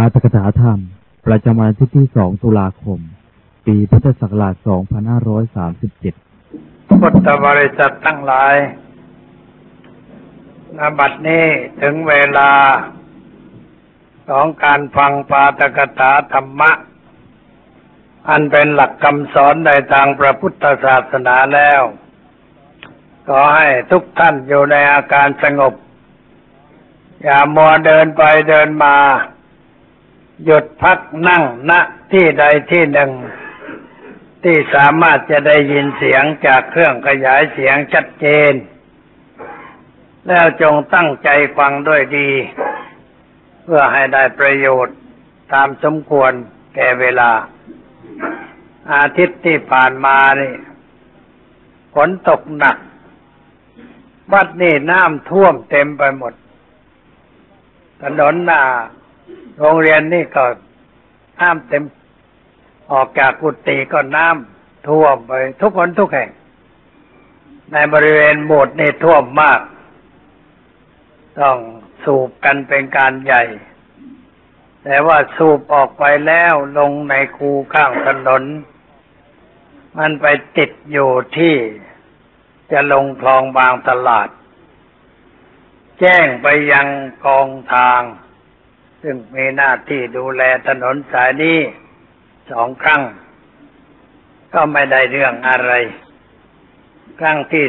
ฐกถาธรรมประจำวันที่2 ตุลาคมปีพุทธศักราช2537 พุทธบริษัททั้งหลายณ บัดนี้ถึงเวลาของการฟังปาฐกถาธรรมะอันเป็นหลักคำสอนในทางพระพุทธศาสนาแล้วขอให้ทุกท่านอยู่ในอาการสงบอย่ามัวเดินไปเดินมาหยุดพักนั่งณที่ใดที่หนึ่งที่สามารถจะได้ยินเสียงจากเครื่องขยายเสียงชัดเจนแล้วจงตั้งใจฟังด้วยดีเพื่อให้ได้ประโยชน์ตามสมควรแก่เวลาอาทิตย์ที่ผ่านมานี่ฝนตกหนักวัดนี่น้ำท่วมเต็มไปหมดถนนหน้าโรงเรียนนี่ก็น้ำเต็มออกจากกุฏิก็น้ำท่วมไปทุกคนทุกแห่งในบริเวณโบสถ์นี่ท่วมมากต้องสูบกันเป็นการใหญ่แต่ว่าสูบออกไปแล้วลงในคูข้างถนนมันไปติดอยู่ที่จะลงคลองบางตลาดแจ้งไปยังกองทางซึ่งมีหน้าที่ดูแลถนนสายนี้2 ครั้งก็ไม่ได้เรื่องอะไรครั้งที่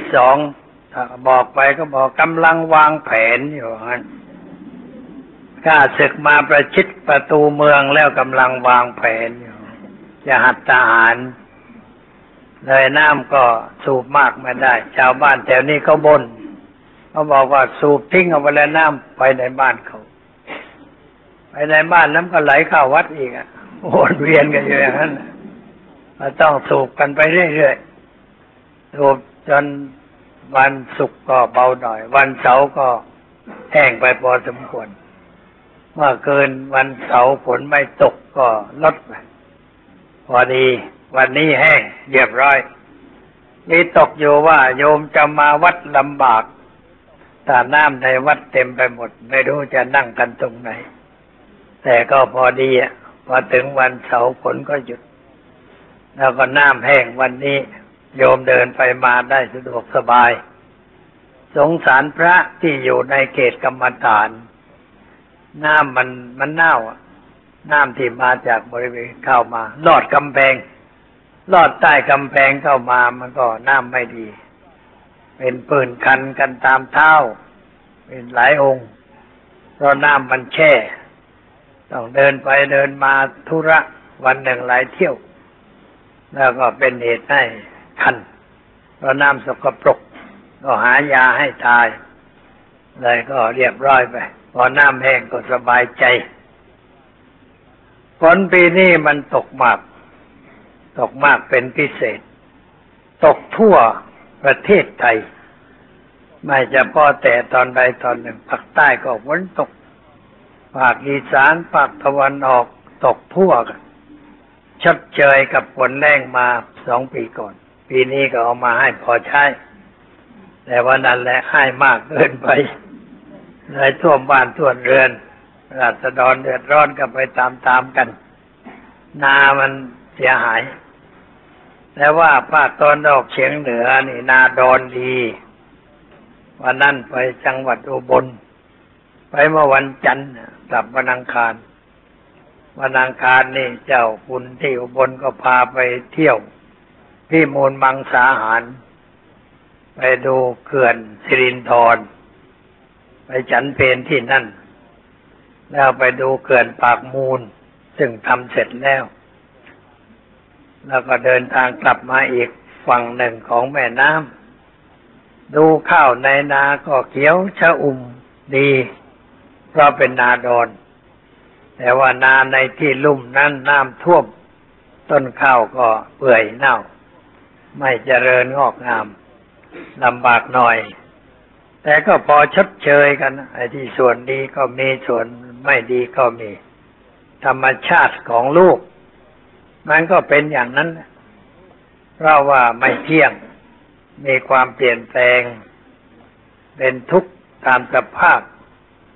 2บอกไปก็บอกกำลังวางแผนอยู่งั้นข้าศึกมาประชิดประตูเมืองแล้วกำลังวางแผนอยู่จะหัดทหารเลยน้ำก็สูบมากไม่ได้ชาวบ้านแถวนี้เขาบ่นเขาบอกว่าสูบทิ้งเอาไปแล้วน้ำไปในบ้านเขาไปในบ้านน้ำก็ไหลเข้าวัดอีกวนเวียนกันอยู่อย่างนั้นต้องสูบกันไปเรื่อยๆสูบจนวันศุกร์ก็เบาหน่อยวันเสาร์ก็แห้งไปพอสมควรเมื่อเกินวันเสาร์ฝนไม่ตกก็ลดไปพอดีวันนี้แห้งเรียบร้อยมีตกอยู่ว่าโยมจะมาวัดลำบากแต่น้ำในวัดเต็มไปหมดไม่รู้จะนั่งกันตรงไหนแต่ก็พอดีพอถึงวันเสาร์ฝนก็หยุดแล้วก็น้ำแห้งวันนี้โยมเดินไปมาได้สะดวกสบายสงสารพระที่อยู่ในเขตกรรมฐานน้ำมันเน่าน้ำที่มาจากบริเวณเข้ามาลอดกำแพงลอดใต้กำแพงเข้ามามันก็น้ำไม่ดีเป็นปืนคันกันตามเท้าเป็นหลายองค์เพราะน้ำมันแช่ต้องเดินไปเดินมาธุระวันหนึ่งหลายเที่ยวแล้วก็เป็นเหตุให้คันเพราะน้ำสกปรกก็หายาให้ทายเลยก็เรียบร้อยไปพอน้ำแห้งก็สบายใจฝนปีนี้มันตกมากเป็นพิเศษตกทั่วประเทศไทยไม่เฉพาะแต่ตอนใดตอนหนึ่งภาคใต้ก็ฝนตกภาคอีสานภาคตะวันออกตกทั่วกันชดเชยกับฝนแรงมา2 ปีก่อนปีนี้ก็เอามาให้พอใช้แต่ว่านั่นแหละให้มากเกินไปเลยท่วมบ้านท่วมเรือนราษฎรเดือดร้อนกันไปตามๆกันนามันเสียหายแต่ว่าภาคตะวันออกเฉียงเหนือนี่นาดอนดีวันนั้นไปจังหวัดอุบลไปเมื่อวันจันทร์กลับวันอังคารวันอังคารนี่เจ้าคุณที่อุบลก็พาไปเที่ยวที่มูลมังสาหารไปดูเขื่อนสิรินธรไปฉันเพลที่นั่นแล้วไปดูเขื่อนปากมูลซึ่งทำเสร็จแล้วก็เดินทางกลับมาอีกฝั่งหนึ่งของแม่น้ำดูข้าวในนาก็เขียวชอุ่มดีเพราะเป็นนาดอนแต่ว่านาในที่ลุ่มนั้นน้ำท่วมต้นข้าวก็เปื่อยเน่าไม่เจริญงอกงามลำบากหน่อยแต่ก็พอชดเชยกันไอ้ที่ส่วนดีก็มีส่วนไม่ดีก็มีธรรมชาติของลูกมันก็เป็นอย่างนั้นเพราะว่าไม่เที่ยงมีความเปลี่ยนแปลงเป็นทุกข์ตามสภาพ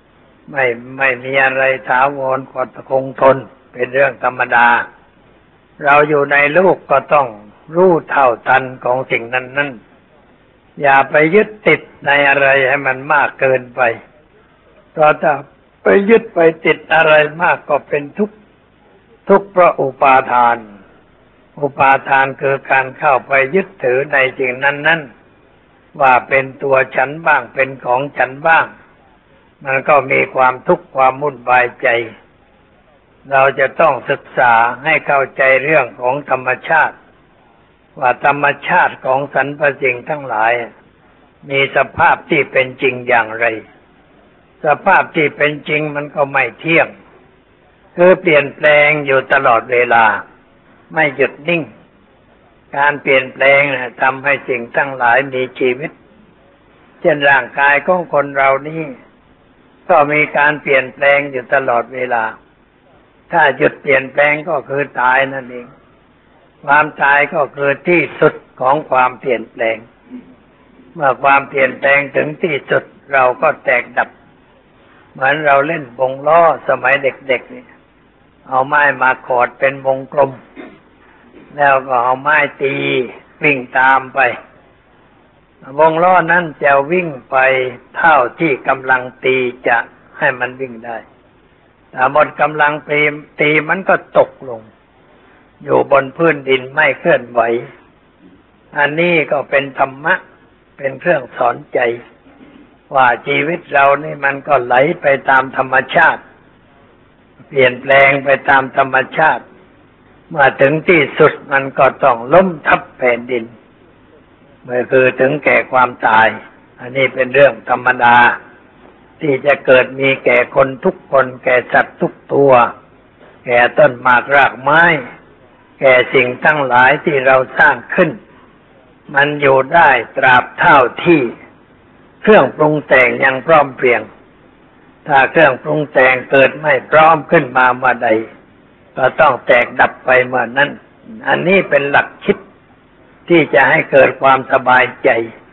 ไม่มีอะไรถาวรก็คงทนเป็นเรื่องธรรมดาเราอยู่ในโลกก็ต้องรู้เท่าทันของสิ่งนั้นอย่าไปยึดติดในอะไรให้มันมากเกินไปเพราะถ้าไปยึดไปติดอะไรมากก็เป็นทุกข์เพราะอุปาทานคือการเข้าไปยึดถือในสิ่งนั้นว่าเป็นตัวฉันบ้างเป็นของฉันบ้างมันก็มีความทุกข์ความวุ่นวายใจเราจะต้องศึกษาให้เข้าใจเรื่องของธรรมชาติว่าธรรมชาติของสรรพสิ่งทั้งหลายมีสภาพที่เป็นจริงอย่างไรสภาพที่เป็นจริงมันก็ไม่เที่ยงคือเปลี่ยนแปลงอยู่ตลอดเวลาไม่หยุดนิ่งการเปลี่ยนแปลงทำให้สิ่งทั้งหลายมีชีวิตเช่นร่างกายของคนเรานี่ก็มีการเปลี่ยนแปลงอยู่ตลอดเวลาถ้าหยุดเปลี่ยนแปลงก็คือตายนั่นเองความตายก็คือที่สุดของความเปลี่ยนแปลงเมื่อความเปลี่ยนแปลงถึงที่สุดเราก็แตกดับเหมือนเราเล่นวงล้อสมัยเด็กๆนี่เอาไม้มาขอดเป็นวงกลมแล้วก็เอาไม้ตีวิ่งตามไปวงล้อนั้นจะวิ่งไปเท่าที่กำลังตีจะให้มันวิ่งได้ถ้าหมดกำลังตีมันก็ตกลงอยู่บนพื้นดินไม่เคลื่อนไหวอันนี้ก็เป็นธรรมะเป็นเครื่องสอนใจว่าชีวิตเรานี่มันก็ไหลไปตามธรรมชาติเปลี่ยนแปลงไปตามธรรมชาติเมื่อถึงที่สุดมันก็ต้องล้มทับแผ่นดินเมื่อคือถึงแก่ความตายอันนี้เป็นเรื่องธรรมดาที่จะเกิดมีแก่คนทุกคนแก่สัตว์ทุกตัวแก่ต้นหมากรากไม้แก่สิ่งทั้งหลายที่เราสร้างขึ้นมันอยู่ได้ตราบเท่าที่เครื่องปรุงแต่งยังพร้อมเพรียงถ้าเครื่องปรุงแต่งเกิดไม่พร้อมขึ้นมาเมื่อใดก็ต้องแตกดับไปเมื่อนั้นอันนี้เป็นหลักคิดที่จะให้เกิดความสบายใจ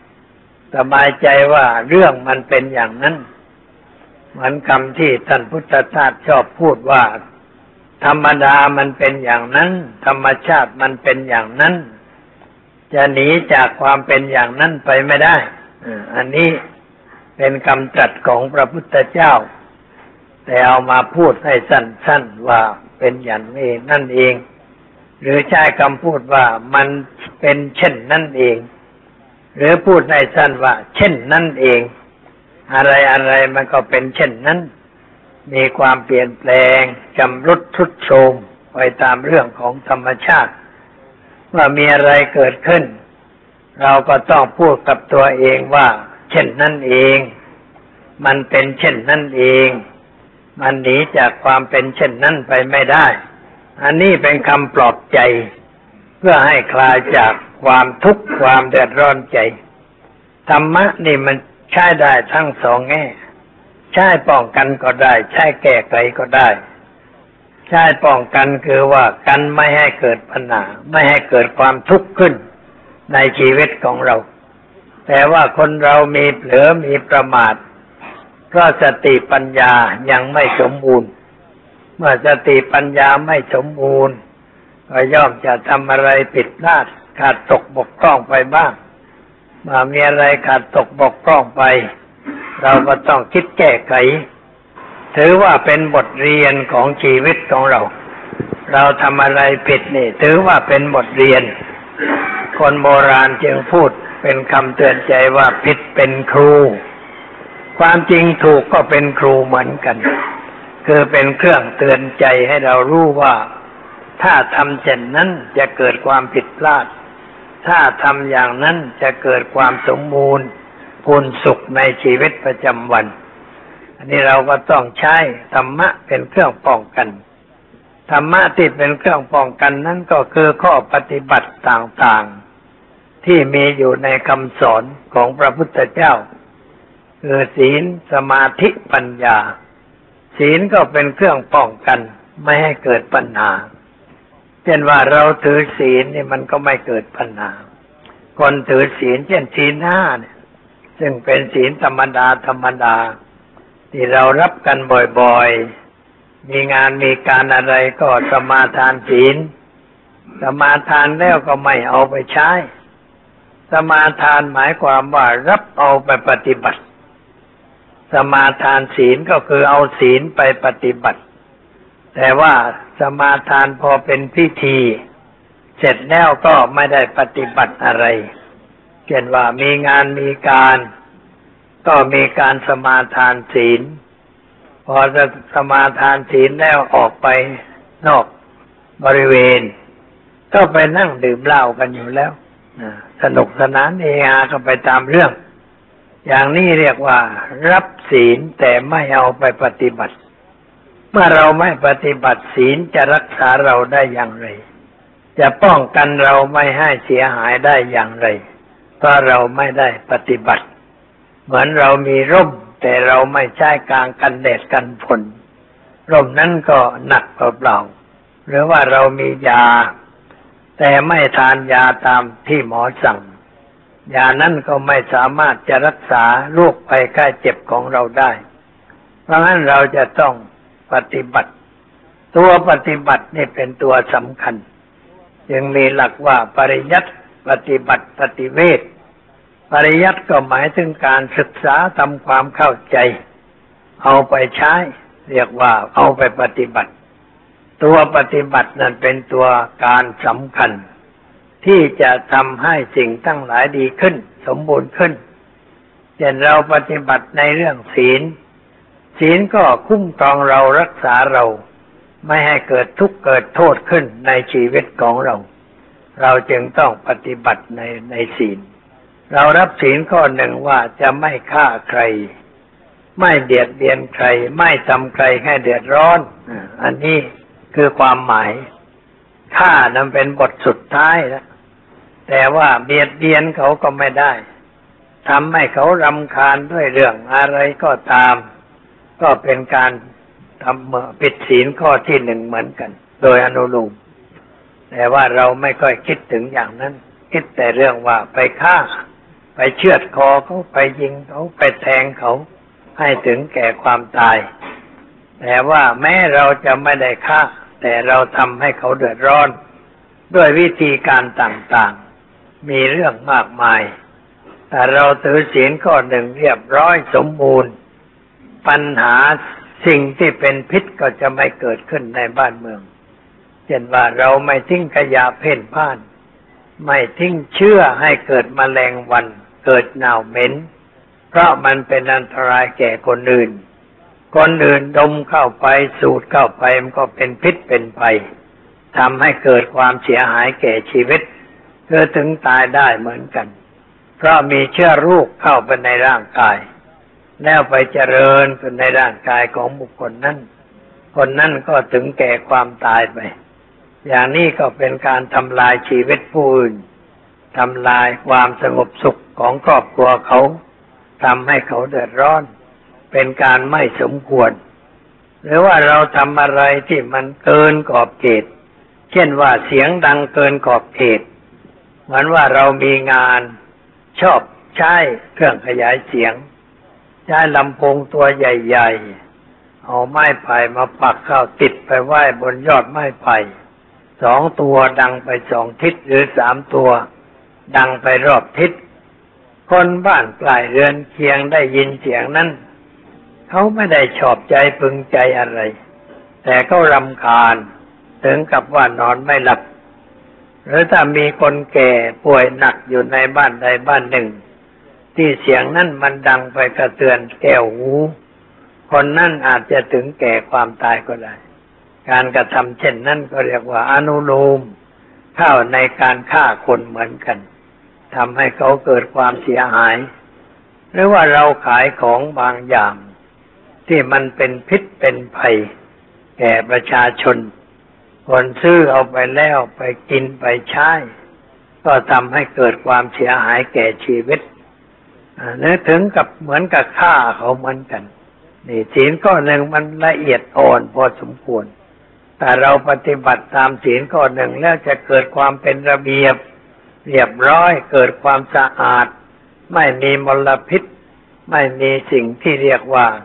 ว่าเรื่องมันเป็นอย่างนั้นเหมือนคำที่ท่านพุทธทาสชอบพูดว่าธรรมดามันเป็นอย่างนั้นธรรมชาติมันเป็นอย่างนั้นจะหนีจากความเป็นอย่างนั้นไปไม่ได้อันนี้เป็นคำตรัสของพระพุทธเจ้าแต่เอามาพูดให้สั้นๆว่าเป็นอย่างนี้นั่นเองหรือใช้คำพูดว่ามันเป็นเช่นนั่นเองหรือพูดให้สั้นว่าเช่นนั่นเองอะไรมันก็เป็นเช่นนั้นมีความเปลี่ยนแปลงชำรุดทรุดโทรมไปตามเรื่องของธรรมชาติว่ามีอะไรเกิดขึ้นเราก็ต้องพูดกับตัวเองว่าเช่นนั่นเองมันเป็นเช่นนั่นเองมันหนีจากความเป็นเช่นนั้นไปไม่ได้อันนี้เป็นคำปลอบใจเพื่อให้คลายจากความทุกข์ความเดือดร้อนใจธรรมะนี่มันใช้ได้ทั้งสองแง่ใช้ป้องกันก็ได้ใช้แก้ไขก็ได้ใช้ป้องกันคือว่ากันไม่ให้เกิดปัญหาไม่ให้เกิดความทุกข์ขึ้นในชีวิตของเราแต่ว่าคนเรามีเผลอมีประมาทเพราะสติปัญญายังไม่สมบูรณ์เมื่อสติปัญญาไม่สมบูรณ์ก็ย่อมจะทำอะไรผิดพลาดขาดตกบกพร่องไปบ้างเมื่อมีอะไรขาดตกบกพร่องไปเราก็ต้องคิดแก้ไขถือว่าเป็นบทเรียนของชีวิตของเราทำอะไรผิดนี่ถือว่าเป็นบทเรียนคนโบราณจึงพูดเป็นคำเตือนใจว่าผิดเป็นครูความจริงถูกก็เป็นครูเหมือนกันคือเป็นเครื่องเตือนใจให้เรารู้ว่าถ้าทำเช่นนั้นจะเกิดความผิดพลาดถ้าทำอย่างนั้นจะเกิดความสมบูรณ์พูนสุขในชีวิตประจำวันอันนี้เราก็ต้องใช้ธรรมะเป็นเครื่องป้องกันธรรมะที่เป็นเครื่องป้องกันนั้นก็คือข้อปฏิบัติต่างๆที่มีอยู่ในคำสอนของพระพุทธเจ้าคือศีลสมาธิปัญญาศีลก็เป็นเครื่องป้องกันไม่ให้เกิดปัญหาเช่นว่าเราถือศีลนี่มันก็ไม่เกิดปัญหาคนถือศีลเช่นศีล 5เนี่ยซึ่งเป็นศีลธรรมดาที่เรารับกันบ่อยๆมีงานมีการอะไรก็สมาทานศีลสมาทานแล้วก็ไม่เอาไปใช้สมาทานหมายความว่ารับเอาไปปฏิบัติสมาทานศีลก็คือเอาศีลไปปฏิบัติแต่ว่าสมาทานพอเป็นพิธีเสร็จแล้วก็ไม่ได้ปฏิบัติอะไรเช่นว่ามีงานมีการก็มีการสมาทานศีลพอจะสมาทานศีลแล้วออกไปนอกบริเวณก็ไปนั่งดื่มเหล้ากันอยู่แล้วสนุกสนานเฮฮากันไปตามเรื่องอย่างนี้เรียกว่ารับศีลแต่ไม่เอาไปปฏิบัติเมื่อเราไม่ปฏิบัติศีลจะรักษาเราได้อย่างไรจะป้องกันเราไม่ให้เสียหายได้อย่างไรเพราะเราไม่ได้ปฏิบัติเหมือนเรามีร่มแต่เราไม่ใช้กางกันแดดกันฝนร่มนั้นก็หนักเปล่าๆหรือว่าเรามียาแต่ไม่ทานยาตามที่หมอสั่งยานั้นก็ไม่สามารถจะรักษาโรคภัยไข้เจ็บของเราได้เพราะงั้นเราจะต้องปฏิบัติตัวปฏิบัตินี่เป็นตัวสำคัญจึงมีหลักว่าปริยัติปฏิบัติปฏิเวทปริยัติก็หมายถึงการศึกษาทำความเข้าใจเอาไปใช้เรียกว่าเอาไปปฏิบัติตัวปฏิบัตินั้นเป็นตัวการสำคัญที่จะทำให้สิ่งทั้งหลายดีขึ้นสมบูรณ์ขึ้นเช่นเราปฏิบัติในเรื่องศีลศีลก็คุ้มครองเรารักษาเราไม่ให้เกิดทุกข์เกิดโทษขึ้นในชีวิตของเราเราจึงต้องปฏิบัติในศีลเรารับศีลข้อหนึ่งว่าจะไม่ฆ่าใครไม่เบียดเบียนใครไม่ทำใครให้เดือดร้อนอันนี้คือความหมายฆ่านั้นเป็นบทสุดท้ายแล้วแต่ว่าเบียดเบียนเขาก็ไม่ได้ทำให้เขารำคาญด้วยเรื่องอะไรก็ตามก็เป็นการทำผิดศีลข้อที่หนึ่งเหมือนกันโดยอนุโลมแต่ว่าเราไม่ค่อยคิดถึงอย่างนั้นคิดแต่เรื่องว่าไปฆ่าไปเชือดคอเขาไปยิงเขาไปแทงเขาให้ถึงแก่ความตายแต่ว่าแม้เราจะไม่ได้ฆ่าแต่เราทำให้เขาเดือดร้อนด้วยวิธีการต่างๆมีเรื่องมากมายแต่เราถือศีลข้อหนึ่งเรียบร้อยสมบูรณ์ปัญหาสิ่งที่เป็นพิษก็จะไม่เกิดขึ้นในบ้านเมืองเช่นว่าเราไม่ทิ้งขยะเพ่นพ่านไม่ทิ้งเชื้อให้เกิดแมลงวันเกิดเน่าเหม็นเพราะมันเป็นอันตรายแก่คนอื่นคนอื่นดมเข้าไปสูดเข้าไปมันก็เป็นพิษเป็นภัยทำให้เกิดความเสียหายแก่ชีวิตเกิดถึงตายได้เหมือนกันเพราะมีเชื้อโรคเข้าไปในร่างกายแล้วไปเจริญขึ้นในร่างกายของบุคคลนั้นคนนั้นก็ถึงแก่ความตายไปอย่างนี้ก็เป็นการทำลายชีวิตผู้อื่นทำลายความสงบสุขของครอบครัวเขาทำให้เขาเดือดร้อนเป็นการไม่สมควรหรือว่าเราทำอะไรที่มันเกินขอบเขตเช่นว่าเสียงดังเกินขอบเขตเหมือนว่าเรามีงานชอบใช้เครื่องขยายเสียงใช้ลำโพงตัวใหญ่ๆเอาไม้ไผ่มาปักเข้าติดไปไว้บนยอดไม้ไผ่2 ตัวดังไป2 ทิศหรือ3 ตัวดังไปรอบทิศคนบ้านใกล้เรือนเคียงได้ยินเสียงนั้นเขาไม่ได้ชอบใจพึงใจอะไรแต่เขารำคาญถึงกับว่านอนไม่หลับหรือถ้ามีคนแก่ป่วยหนักอยู่ในบ้านใดบ้านหนึ่งที่เสียงนั้นมันดังไปกระเทือนแก้วหูคนนั้นอาจจะถึงแก่ความตายก็ได้การกระทำเช่นนั้นก็เรียกว่าอนุโลมเข้าในการฆ่าคนเหมือนกันทำให้เขาเกิดความเสียหายหรือว่าเราขายของบางอย่างที่มันเป็นพิษเป็นภัยแก่ประชาชนคนซื้อเอาไปแล้วไปกินไปใช้ก็ทำให้เกิดความเสียหายแก่ชีวิตนึกถึงกับเหมือนกับฆ่าเขาเหมือนกันนี่ศีลข้อหนึ่งมันละเอียดอ่อนพอสมควรแต่เราปฏิบัติตามศีลข้อหนึ่งแล้วจะเกิดความเป็นระเบียบเรียบร้อยเกิดความสะอาดไม่มีมลพิษไม่มีสิ่งที่เรียกว่า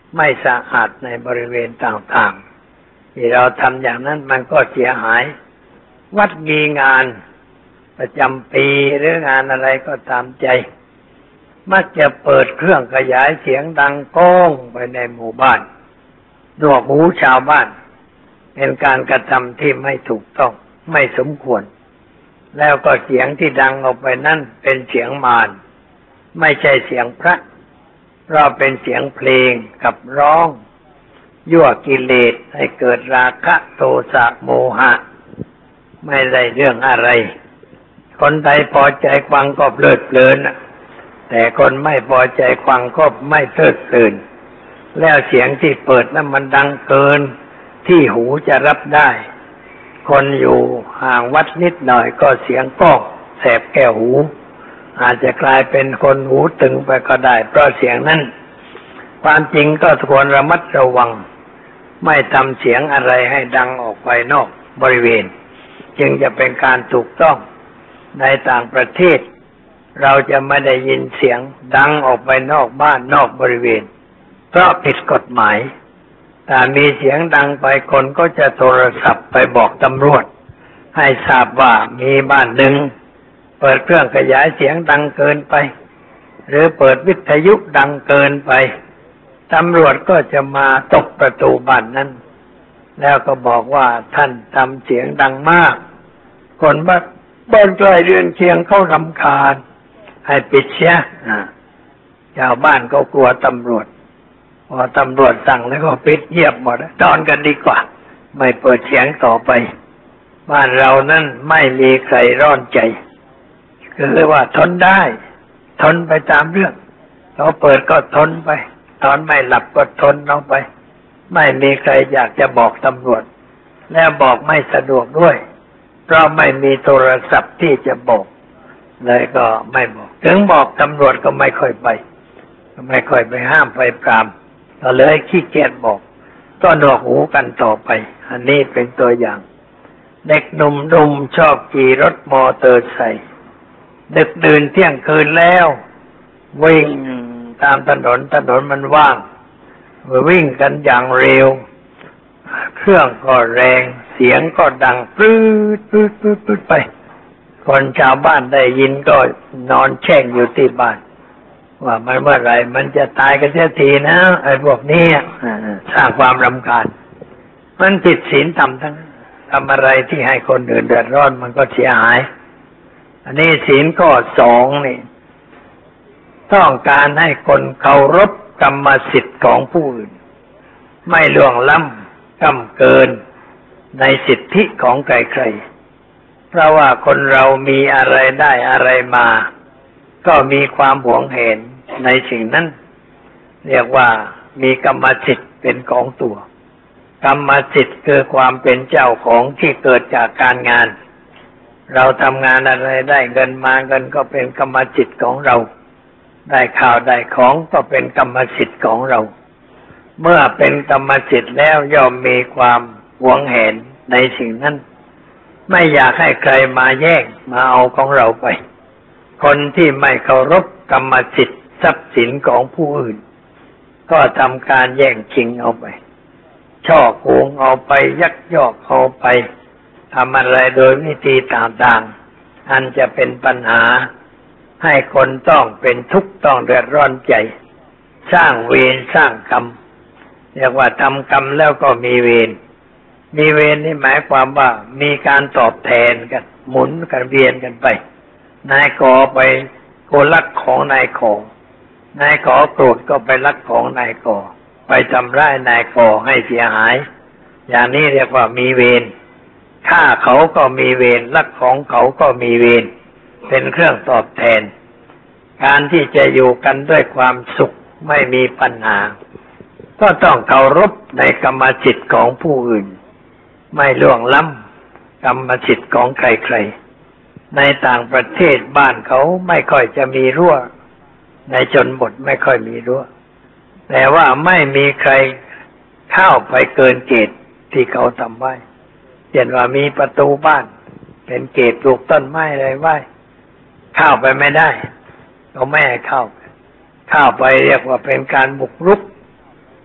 ไม่สะอาดในบริเวณต่างๆที่เราทำอย่างนั้นมันก็เสียหายวัดมีงานประจำปีหรืองานอะไรก็ตามใจมักจะเปิดเครื่องขยายเสียงดังก้องไปในหมู่บ้านหนวกหูชาวบ้านเป็นการกระทำที่ไม่ถูกต้องไม่สมควรแล้วก็เสียงที่ดังออกไปนั่นเป็นเสียงมารไม่ใช่เสียงพระเพราะเป็นเสียงเพลงกับร้องยั่วกิเลสให้เกิดราคะโทสะโมหะไม่ได้เรื่องอะไรคนใดพอใจฟังก็เพลิดเพลินแต่คนไม่พอใจฟังก็ไม่เพลิดเพลินแล้วเสียงที่เปิดนั้นมันดังเกินที่หูจะรับได้คนอยู่ห่างวัดนิดหน่อยก็เสียงก้องแสบแก้วหูอาจจะกลายเป็นคนหูตึงไปก็ได้เพราะเสียงนั้นความจริงก็ควรระมัดระวังไม่ทำเสียงอะไรให้ดังออกไปนอกบริเวณจึงจะเป็นการถูกต้องในต่างประเทศเราจะไม่ได้ยินเสียงดังออกไปนอกบ้านนอกบริเวณเพราะผิดกฎหมายถ้ามีเสียงดังไปคนก็จะโทรศัพท์ไปบอกตำรวจให้ทราบว่ามีบ้านหนึ่งเปิดเครื่องขยายเสียงดังเกินไปหรือเปิดวิทยุดังเกินไปตำรวจก็จะมาตบประตูบ้านนั้นแล้วก็บอกว่าท่านทำเสียงดังมากคนบ้านใกล้เรือนเคียงเขารำคาญให้ปิดเสียชาวบ้านก็กลัวตำรวจพอตำรวจสั่งแล้วก็ปิดเงียบหมดนอนกันดีกว่าไม่เปิดเสียงต่อไปบ้านเรานั้นไม่มีใครร้อนใจคือว่าทนได้ทนไปตามเรื่องเขาเปิดก็ทนไปตอนไม่หลับก็ทนเอาไปไม่มีใครอยากจะบอกตำรวจแล้วบอกไม่สะดวกด้วยเพราะไม่มีโทรศัพท์ที่จะบอกเลยก็ไม่บอกถึงบอกตำรวจก็ไม่ค่อยไปไม่ค่อยไปห้ามไปปรามก็เลยขี้เกียจบอกก็หนวกหูกันต่อไปอันนี้เป็นตัวอย่างเด็กหนุ่มๆชอบขี่รถมอเตอร์ไซค์ดึกดื่นเที่ยงคืนแล้ววิ่งตามถนนมันว่างวิ่งกันอย่างเร็วเครื่องก็แรงเสียงก็ดังปื๊ดไปคนชาวบ้านได้ยินก็นอนแช่งอยู่ที่บ้านว่ามันเมื่อไหร่มันจะตายกันเสียทีนะไอ้พวกนี้สร้างความรำคาญมันผิดศีลธรรมทั้งทำอะไรที่ให้คนอื่นเดือดร้อนมันก็เสียหายอันนี้ศีลข้อ2นี่ต้องการให้คนเคารพกรรมสิทธิ์ของผู้อื่นไม่ล่วงล้ำก้ำเกินในสิทธิของใครๆเพราะว่าคนเรามีอะไรได้อะไรมาก็มีความหวงแหนในสิ่งนั้นเรียกว่ามีกรรมสิทธิ์เป็นของตัวกรรมสิทธิ์คือความเป็นเจ้าของที่เกิดจากการงานเราทำงานอะไรได้เงินมาเงินก็เป็นกรรมสิทธิ์ของเราได้ข่าวได้ของก็เป็นกรรมสิทธิ์ของเราเมื่อเป็นกรรมสิทธิ์แล้วย่อมมีความหวงแหนในสิ่งนั้นไม่อยากให้ใครมาแย่งมาเอาของเราไปคนที่ไม่เคารพกรรมสิทธิ์ทรัพย์สินของผู้อื่นก็ทำการแย่งชิงเอาไปช่อโกงเอาไปยักยอกเอาไปทำอะไรโดยวิธีต่างๆอันจะเป็นปัญหาให้คนต้องเป็นทุกข์ต้องเดือดร้อนใจสร้างเวรสร้างกรรมเรียกว่าทำกรรมแล้วก็มีเวรนี่หมายความว่ามีการตอบแทนกันหมุนกันเวียนกันไปนายกไปโกลักของนายขอนายขอโกรธก็ไปลักของนายกไปทำร้ายนายกให้เสียหายอย่างนี้เรียกว่ามีเวรฆ่าเขาก็มีเวรลักของเขาก็มีเวรเป็นเครื่องตอบแทนการที่จะอยู่กันด้วยความสุขไม่มีปัญหาก็ต้องเคารพในกรรมสิทธิ์ของผู้อื่นไม่ล่วงล้ำกรรมสิทธิ์ของใครๆในต่างประเทศบ้านเขาไม่ค่อยจะมีรั้วในชนบทไม่ค่อยมีรั้วแต่ว่าไม่มีใครเข้าไปเกินเกณฑ์ที่เขาทำไว้เช่นว่ามีประตูบ้านเป็นเกณฑ์ปลูกต้นไม้อะไรไว้เข้าไปไม่ได้เขาไม่ให้เข้าไปเรียกว่าเป็นการบุกรุก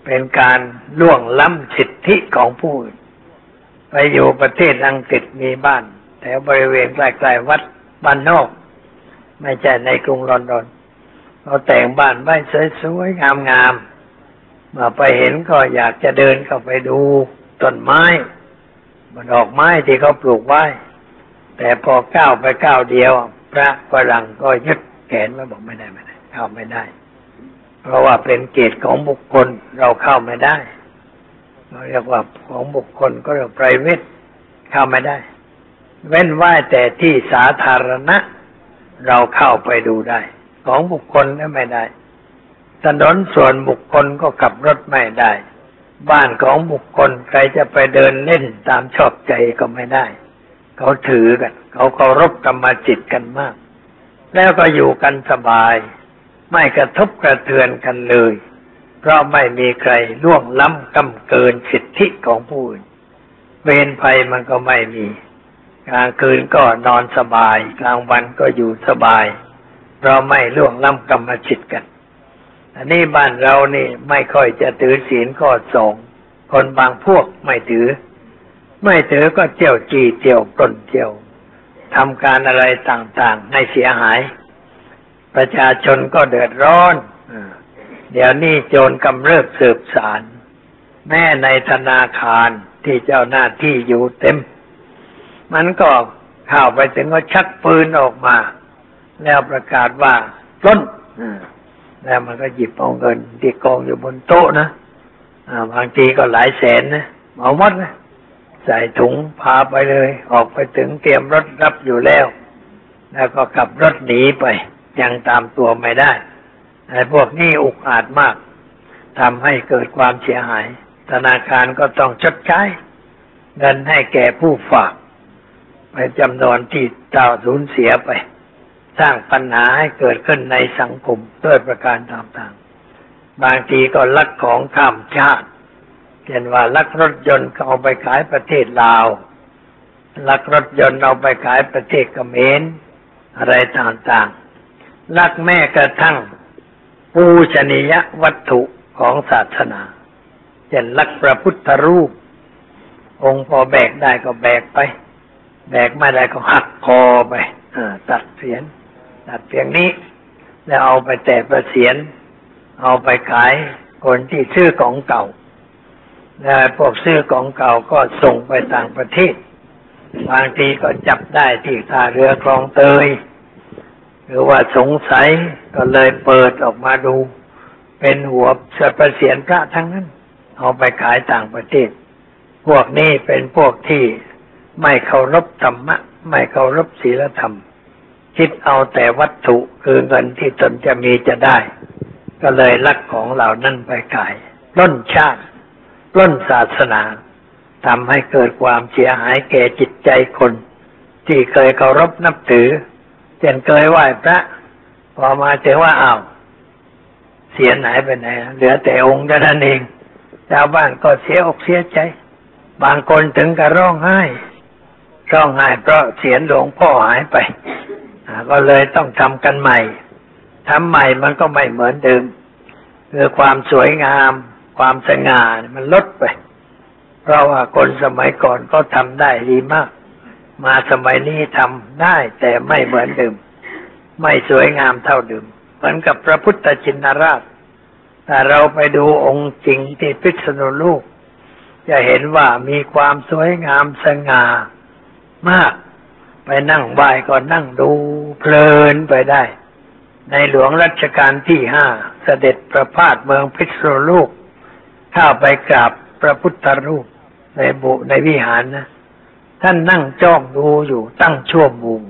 เป็นการล่วงล้ำสิทธิของผู้อื่นไปอยู่ประเทศอังกฤษมีบ้านแถวบริเวณใกล้ๆวัดบ้านนอกไม่ใช่ในกรุงลอนดอนเขาแต่งบ้านไว้สวยๆงามๆเมื่อไปเห็นก็อยากจะเดินเข้าไปดูต้นไม้ดอกไม้ที่เขาปลูกไว้แต่พอก้าวไปก้าวเดียวพระฝรั่งก็ยึดแขนมาบอกไม่ได้เข้าไม่ได้เพราะว่าเป็นเกียรติของบุคคลเราเข้าไม่ได้เราเรียกว่าของบุคคลก็เรียก private เข้าไม่ได้เว้นไว้แต่ที่สาธารณะเราเข้าไปดูได้ของบุคคลไม่ได้ถนนส่วนบุคคลก็ขับรถไม่ได้บ้านของบุคคลใครจะไปเดินเล่นตามชอบใจก็ไม่ได้เขาถือกันเขาเคารพกรรมสิทธิ์กันมากแล้วก็อยู่กันสบายไม่กระทบกระเทือนกันเลยเพราะไม่มีใครล่วงล้ำกำเกินสิทธิของผู้อื่นเวรภัยมันก็ไม่มีกลางคืนก็นอนสบายกลางวันก็อยู่สบายเพราะไม่ล่วงล้ำกรรมสิทธิ์กันอันนี้บ้านเรานี่ไม่ค่อยจะถือศีลข้อสองคนบางพวกไม่ถือก็เที่ยวจี้เที่ยวปล้นเที่ยวทำการอะไรต่างๆให้เสียหายประชาชนก็เดือดร้อนเดี๋ยวนี้โจรกำเริบสืบสารแม้ในธนาคารที่เจ้าหน้าที่อยู่เต็มมันก็เข้าไปถึงก็ชักปืนออกมาแล้วประกาศว่าปล้นแล้วมันก็หยิบเอาเงินที่กองอยู่บนโต๊ะนะบางทีก็หลายแสนนะเอาหมดนะใส่ถุงพาไปเลยออกไปถึงเตรียมรถรับอยู่แล้วก็ขับรถหนีไปยังตามตัวไม่ได้ไอ้พวกนี้อุกอาจมากทำให้เกิดความเสียหายธนาคารก็ต้องชดใช้เงินให้แก่ผู้ฝากไปจำนวนที่เจ้าสูญเสียไปสร้างปัญหาให้เกิดขึ้นในสังคมด้วยประการต่างๆบางทีก็ลักของข้ามชาติเช่นว่าลักรถยนต์เอาไปขายประเทศลาวลักรถยนต์เอาไปขายประเทศเขมรอะไรต่างๆลักแม้กระทั่งปูชนียวัตถุของศาสนาเช่นลักพระพุทธรูปองค์พอแบกได้ก็แบกไปแบกไม่ได้ก็หักคอไปตัดเสียนตัดเพียงนี้แล้วเอาไปแต่ประเสียนเอาไปขายคนที่ซื้อของเก่าแล้วพวกซื้อของเก่าก็ส่งไปต่างประเทศบางทีก็จับได้ที่ท่าเรือคลองเตยหรือว่าสงสัยก็เลยเปิดออกมาดูเป็นหัวประเสียนพระทั้งนั้นเอาไปขายต่างประเทศพวกนี้เป็นพวกที่ไม่เคารพธรรมะไม่เคารพศีลธรรมคิดเอาแต่วัตถุคือเงินที่ตนจะมีจะได้ก็เลยลักของเหล่านั้นไปขายปล้นชาติปล้นศาสนาทำให้เกิดความเสียหายแก่จิตใจคนที่เคยเคารพนับถือเช่นเคยไหว้พระพอมาเจอว่าอ้าวเสียหายไปไหนเหลือแต่องค์เท่านั้นเองชาวบ้านก็เสียอกเสียใจบางคนถึงกับร้องไห้เพราะเสียนหลวงพ่อหายไปก็เลยต้องทำกันใหม่ทำใหม่มันก็ไม่เหมือนเดิมคือความสวยงามความสง่ามันลดไปเพราะว่าคนสมัยก่อนก็ทำได้ดีมากมาสมัยนี้ทำได้แต่ไม่เหมือนเดิมไม่สวยงามเท่าเดิมเหมือนกับพระพุทธชินราชถ้าเราไปดูองค์จริงที่พิษณุโลกจะเห็นว่ามีความสวยงามสง่ามากไปนั่งไหว้ก็นั่งดูเพลินไปได้ในหลวงรัชกาลที่5เสด็จประพาสเมืองพิษณุโลกเข้าไปกราบพระพุทธรูปในวิหารนะท่านนั่งจ้องดูอยู่ตั้งชั่วโมง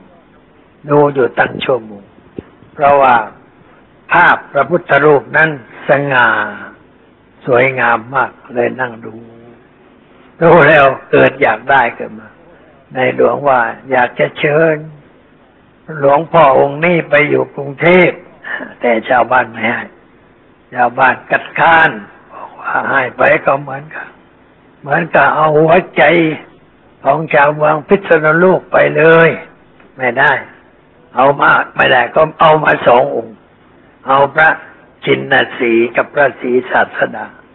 เพราะว่าภาพพระพุทธรูปนั้นสง่าสวยงามมากเลยนั่งดูแล้วเกิดอยากได้ขึ้นมาในหลวงว่าอยากจะเชิญหลวงพ่อองค์นี้ไปอยู่กรุงเทพแต่ชาวบ้านไม่ให้ชาวบ้านคัดค้านบอกว่าให้ไปก็เหมือนกับเอาหัวใจของชาวเมืองพิษณุโลกไปเลยไม่ได้เอามาไม่ได้ก็เอามา2 องค์เอาพระชินสีกับพระศรีศาสดา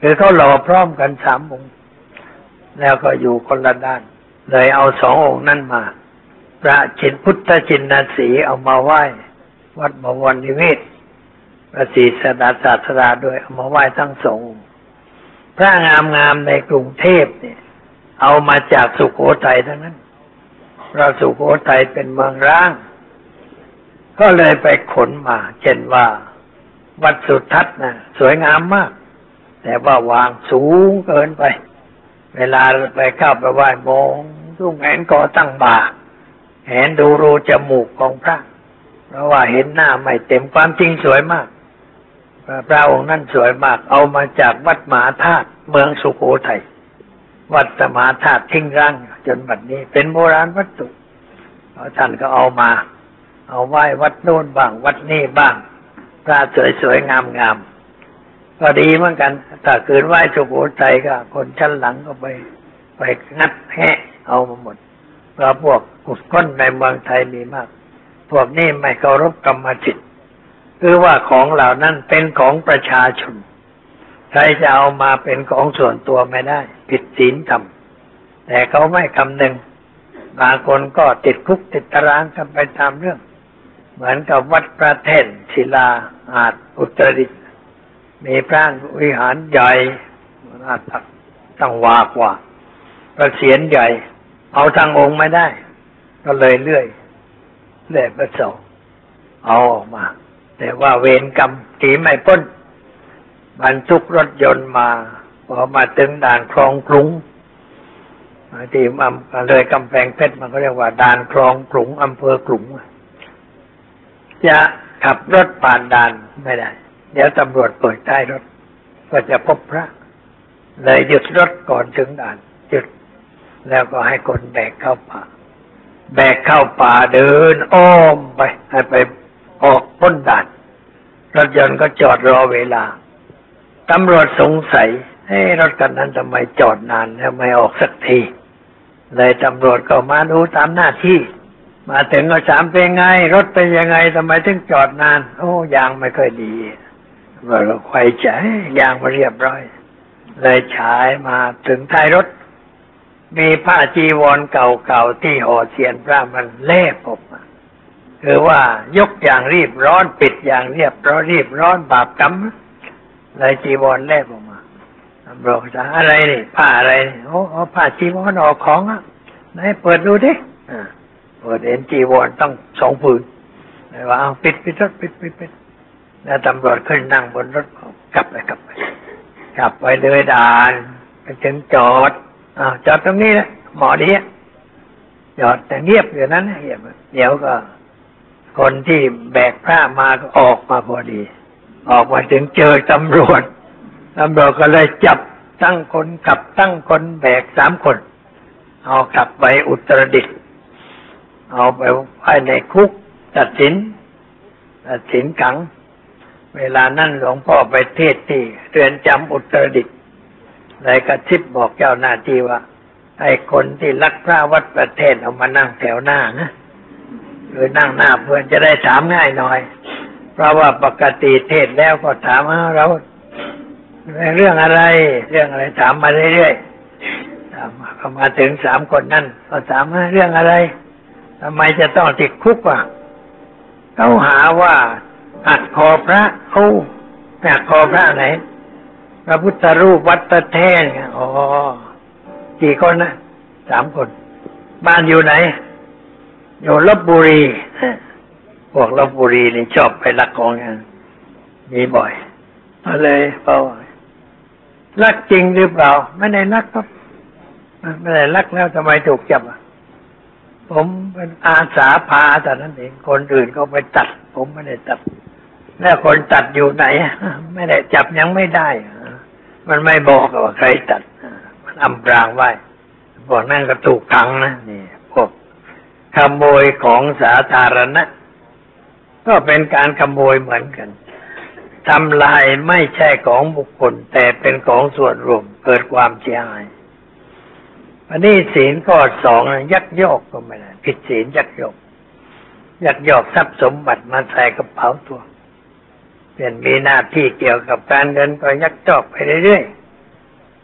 คือเขาหล่อพร้อมกัน3 องค์แล้วก็อยู่คนละด้านเลยเอา2 องค์นั้นมาพระพุทธชินสีห์เอามาไหว้วัดบวรนิเวศพระศรีศาสดาด้วยเอามาไหว้ทั้ง2 องค์พระงามๆในกรุงเทพเนี่ยเอามาจากสุโขทัยทั้งนั้นเพราะสุโขทัยเป็นเมืองร้างก็เลยไปขนมาเช่นว่าวัดสุทัศน์นะสวยงามมากแต่ว่าวางสูงเกินไปเวลาไปเข้าไปไหว้มองทุกแห่งก็ตั้งบ่าเห็นดูรูจมูกของพระเพราะว่าเห็นหน้าไม่เต็มความจริงสวยมากพระองค์นั้นสวยมากเอามาจากวัดมหาธาตุเมืองสุโขทัยวัดมหาธาตุทิ้งร้างจนบัดนี้เป็นโบราณวัตถุท่านก็เอามาเอาไหว้วัดโน้นบ้างวัดนี้บ้างพระสวยๆงามๆก็ดีเหมือนกันถ้าคืนไหว้สุโขทัยก็คนชั้นหลังก็ไปงัดแหะเอามาหมดเพราะพวกกุศลในเมืองไทยมีมากพวกนี้ไม่เคารพกรรมสิทธิ์คือว่าของเหล่านั้นเป็นของประชาชนใครจะเอามาเป็นของส่วนตัวไม่ได้ผิดศีลธรรมแต่เขาไม่คำนึงบางคนก็ติดคุกติดตารางกันไปตามเรื่องเหมือนกับวัดพระแท่นศิลาอาจอุตรดิตถ์มีพระวิหารใหญ่ตั้งวากว่าประเสียรใหญ่เอาทั้งองค์ไม่ได้ก็เลยเลื่อยพระเสาเอาออกมาแต่ว่าเวรกรรมตีไม่พ้นบรรทุกรถยนต์มาพอมาถึงด่านคลองกรุงที่เลยกำแพงเพชรมันก็เรียกว่าด่านคลองกรุงอำเภอกรุงจะขับรถผ่านด่านไม่ได้เดี๋ยวตำรวจเปิดใต้รถก็จะพบพระเลยหยุดรถก่อนถึงด่านหยุดแล้วก็ให้คนแบกเข้าป่าเดินอ้อมไปให้ไปออกพ้นด่านรถยนต์ก็จอดรอเวลาตำรวจสงสัยรถคันนั้นทำไมจอดนานแล้วไม่ออกสักทีเลยตำรวจก็มาดูตามหน้าที่มาถึงก็ถามเป็นไงรถเป็นยังไงทำไมถึงจอดนานโอ้ยางไม่ค่อยดีเราไขว่ใจยางมาเรียบร้อยเลยฉายมาถึงท้ายรถมีผ้าจีวรเก่าๆที่ห่อเสียนพระมันแลบออกมาคือว่ายกอย่างรีบร้อนปิดอย่างรีบร้อนบาปกรรมเลยจีวรแลบออกมาตำรวจถามอะไรนี่ผ้าอะไรนี่โอ้ผ้าจีวรออกของอ่ะไหนเปิดดูดิเปิดเห็นจีวรต้อง2 ผืนเลยว่าเอาปิดรถปิดแล้วตำรวจขึ้นนั่งบนรถกลับไปเลยด่านไปถึงจอดจอดตรงนี้แหละหมอดีจอดแต่เงียบอยู่นั้นเงียบเดี๋ยวก็คนที่แบกพระมาก็ออกมาพอดีออกมาถึงเจอตำรวจก็เลยจับตั้งคนขับตั้งคนแบก3 คนเอากลับไปอุตรดิตถ์เอาไปไว้ในคุกตัดสินขังเวลานั้นหลวงพ่อไปเทศน์ที่เรือนจำอุตรดิตถ์เลยกระซิบบอกเจ้าหน้าที่ว่าไอ้คนที่ลักพระวัดประเทศเอามานั่งแถวหน้านะหรือนั่งหน้าเพื่อนจะได้ถามง่ายหน่อยเพราะว่าปกติเทศน์แล้วก็ถามเราเรื่องอะไรถามมาเรื่อยๆถามมาถึง3 คนนั่นก็ถามเรื่องอะไรทำไมจะต้องติดคุกอ่ะเขาหาว่าหักคอพระหักคอพระไหนพระพุทธรูปวัดตะแท่นอ๋อกี่คนนะ3 คนบ้านอยู่ไหนอยู่ลพบุรีพวกลพบุรีนี่ชอบไปลักของกันมีบ่อยก็เลยลักจริงหรือเปล่าไม่ได้ลักครับไม่ได้ลักแล้วทำไมถูกจับผมเป็นอาสาพาแต่นั้นเองคนอื่นเขาไปตัดผมไม่ได้ตัดแล้วคนตัดอยู่ไหนไม่ได้จับยังไม่ได้มันไม่บอกว่าใครตัดมันอำพรางไว้บอกนั่นก็ถูกขังนะนี่พวกขโมยของสาธารณะก็เป็นการขโมยเหมือนกันทำลายไม่ใช่ของบุคคลแต่เป็นของส่วนรวมเกิดความเสียหายอันนี้ศีลข้อ2ยักยอกก็ไม่ได้ผิดศีลยักยอกทรัพย์สมบัติมาใส่กระเป๋าตัวเป็นมีหน้าที่เกี่ยวกับการเงินก็ยักยอกไปเรื่อย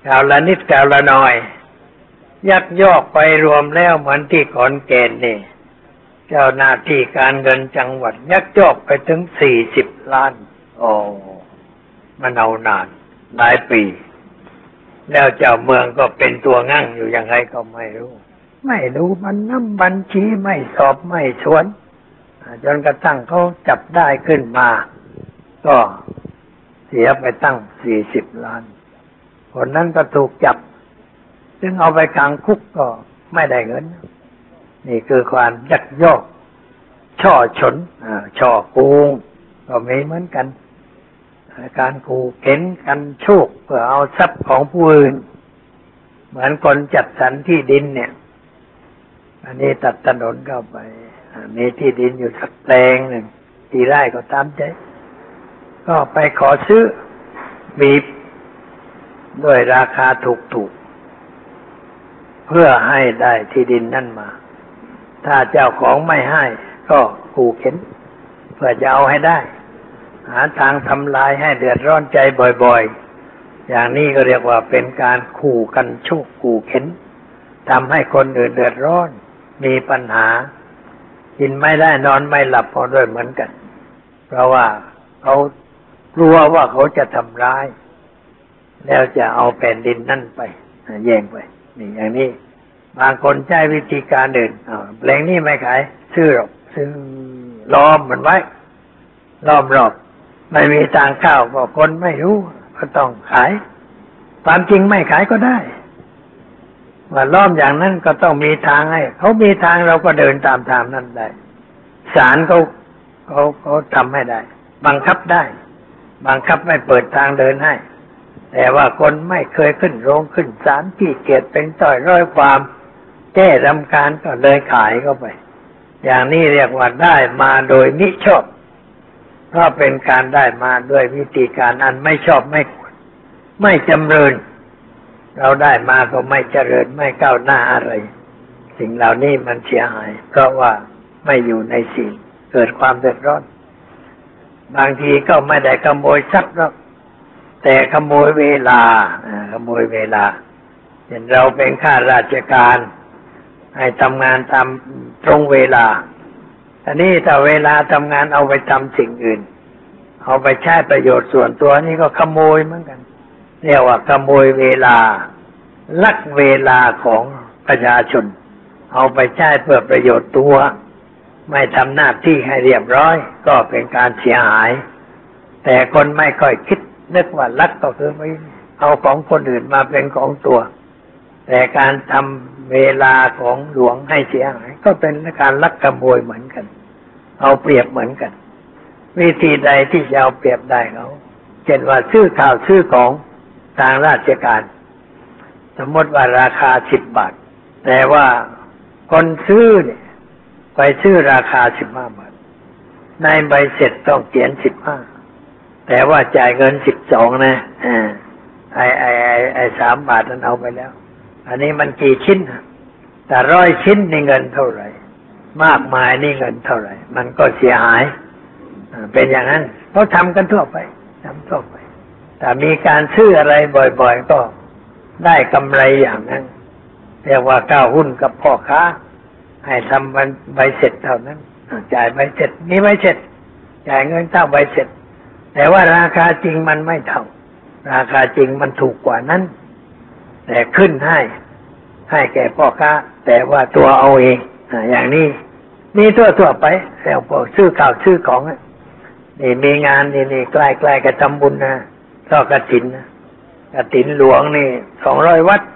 กาวละนิดกาวละหน่อยยักยอกไปรวมแล้วเหมือนที่ขอนแก่นนี่เจ้าหน้าที่การเงินจังหวัดยักยอกไปถึง40 ล้านโอ้มันเอานานหลายปีแล้วเจ้าเมืองก็เป็นตัวงั่งอยู่ยังไงก็ไม่รู้มันน้ำบัญชีไม่สอบไม่สวนจนกระทั่งเขาจับได้ขึ้นมาก็เสียไปตั้ง40 ล้านคนนั้นก็ถูกจับซึ่งเอาไปขังคุกก็ไม่ได้เงินนี่คือความยักยอกช่อฉนช่อโกงก็มีเหมือนกันการขู่เข็นกันโชคเพื่อเอาทรัพย์ของผู้อื่นเหมือนคนจัดสรรที่ดินเนี่ยอันนี้ตัดถนนเข้าไปมีที่ดินอยู่สักแปลงหนึ่งกี่ไร่ก็ตามใจก็ไปขอซื้อบีบด้วยราคาถูกเพื่อให้ได้ที่ดินนั่นมาถ้าเจ้าของไม่ให้ก็ขู่เข็นเพื่อจะเอาให้ได้หาทางทำลายให้เดือดร้อนใจบ่อยๆอย่างนี้ก็เรียกว่าเป็นการขู่กันโชคขู่เข็นทำให้คนอื่นเดือดร้อนมีปัญหากินไม่ได้นอนไม่หลับเพราะด้วยเหมือนกันเพราะว่าเขากลัวว่าเขาจะทำร้ายแล้วจะเอาแผ่นดินนั่นไปแย่งไปนี่อย่างนี้บางคนใช้วิธีการอื่นแปลงนี้ไม่ขายซื้อหรอกซื้อล้อมมันไว้ล้อมรอบไม่มีทางเข้าก็คนไม่รู้ก็ต้องขายความจริงไม่ขายก็ได้ว่าล้อมอย่างนั้นก็ต้องมีทางให้เขามีทางเราก็เดินตามทางนั้นได้ศาลเขาทำให้ได้บังคับได้บังคับไม่เปิดทางเดินให้แต่ว่าคนไม่เคยขึ้นโรงขึ้นศาลที่เกียจเป็นต่อยร้อยความแก้รำคาญก็เลยขายเข้าไปอย่างนี้เรียกว่าได้มาโดยมิชอบเพราะเป็นการได้มาด้วยวิธีการอันไม่ชอบไม่ควรไม่จำเริญเราได้มาก็ไม่เจริญไม่ก้าวหน้าอะไรสิ่งเหล่านี้มันเสียหายเพราะว่าไม่อยู่ในศีลเกิดความเดือดร้อนบางทีก็ไม่ได้ขโมยทรัพย์หรอกแต่ขโมยเวลาเช่นเราเป็นข้าราชการให้ทำงานตามตรงเวลาอันนี้ถ้าเวลาทำงานเอาไปทำสิ่งอื่นเอาไปใช้ประโยชน์ส่วนตัวนี่ก็ขโมยเหมือนกันเรียกว่าขโมยเวลาลักเวลาของประชาชนเอาไปใช้เพื่อประโยชน์ตัวไม่ทำหน้าที่ให้เรียบร้อยก็เป็นการเสียหายแต่คนไม่ค่อยคิดนึกว่าลักก็คือไม่เอาของคนอื่นมาเป็นของตัวแต่การทำเวลาของหลวงให้เสียหายก็เป็นการลักขโมยเหมือนกันเอาเปรียบเหมือนกันวิธีใดที่จะเอาเปรียบได้เขาเช่นว่าซื้อข่าวซื้อของทางราชการสมมติว่าราคา10 บาทแต่ว่าคนซื้อเนี่ยไปซื้อราคา15 บาทในใบเสร็จต้องเขียน15แต่ว่าจ่ายเงิน12นะไอ้3 บาทนั้นเอาไปแล้วอันนี้มันกี่ชิ้นแต่100 ชิ้นนี่เงินเท่าไหร่มากมายนี่เงินเท่าไหร่มันก็เสียหายเป็นอย่างนั้นเขาทำกันทั่วไปแต่มีการซื้ออะไรบ่อยๆก็ได้กำไรอย่างนั้นเรียกว่าก้าวหุ้นกับพ่อค้าให้ทำใบเสร็จเท่านั้นจ่ายใบเสร็จมีใบเสร็จจ่ายเงินเท่าใบเสร็จแต่ว่าราคาจริงมันไม่เท่าราคาจริงมันถูกกว่านั้นแต่ขึ้นให้แก่พ่อค้าแต่ว่าตัวเอาเองอย่างนี้นี่ทั่วไปแล้วพอซื้อข่าวซื้อของนี่มีงานนี่ใกล้ๆกับทำบุญนะก็กฐินนะกฐินหลวงนี่200 วัด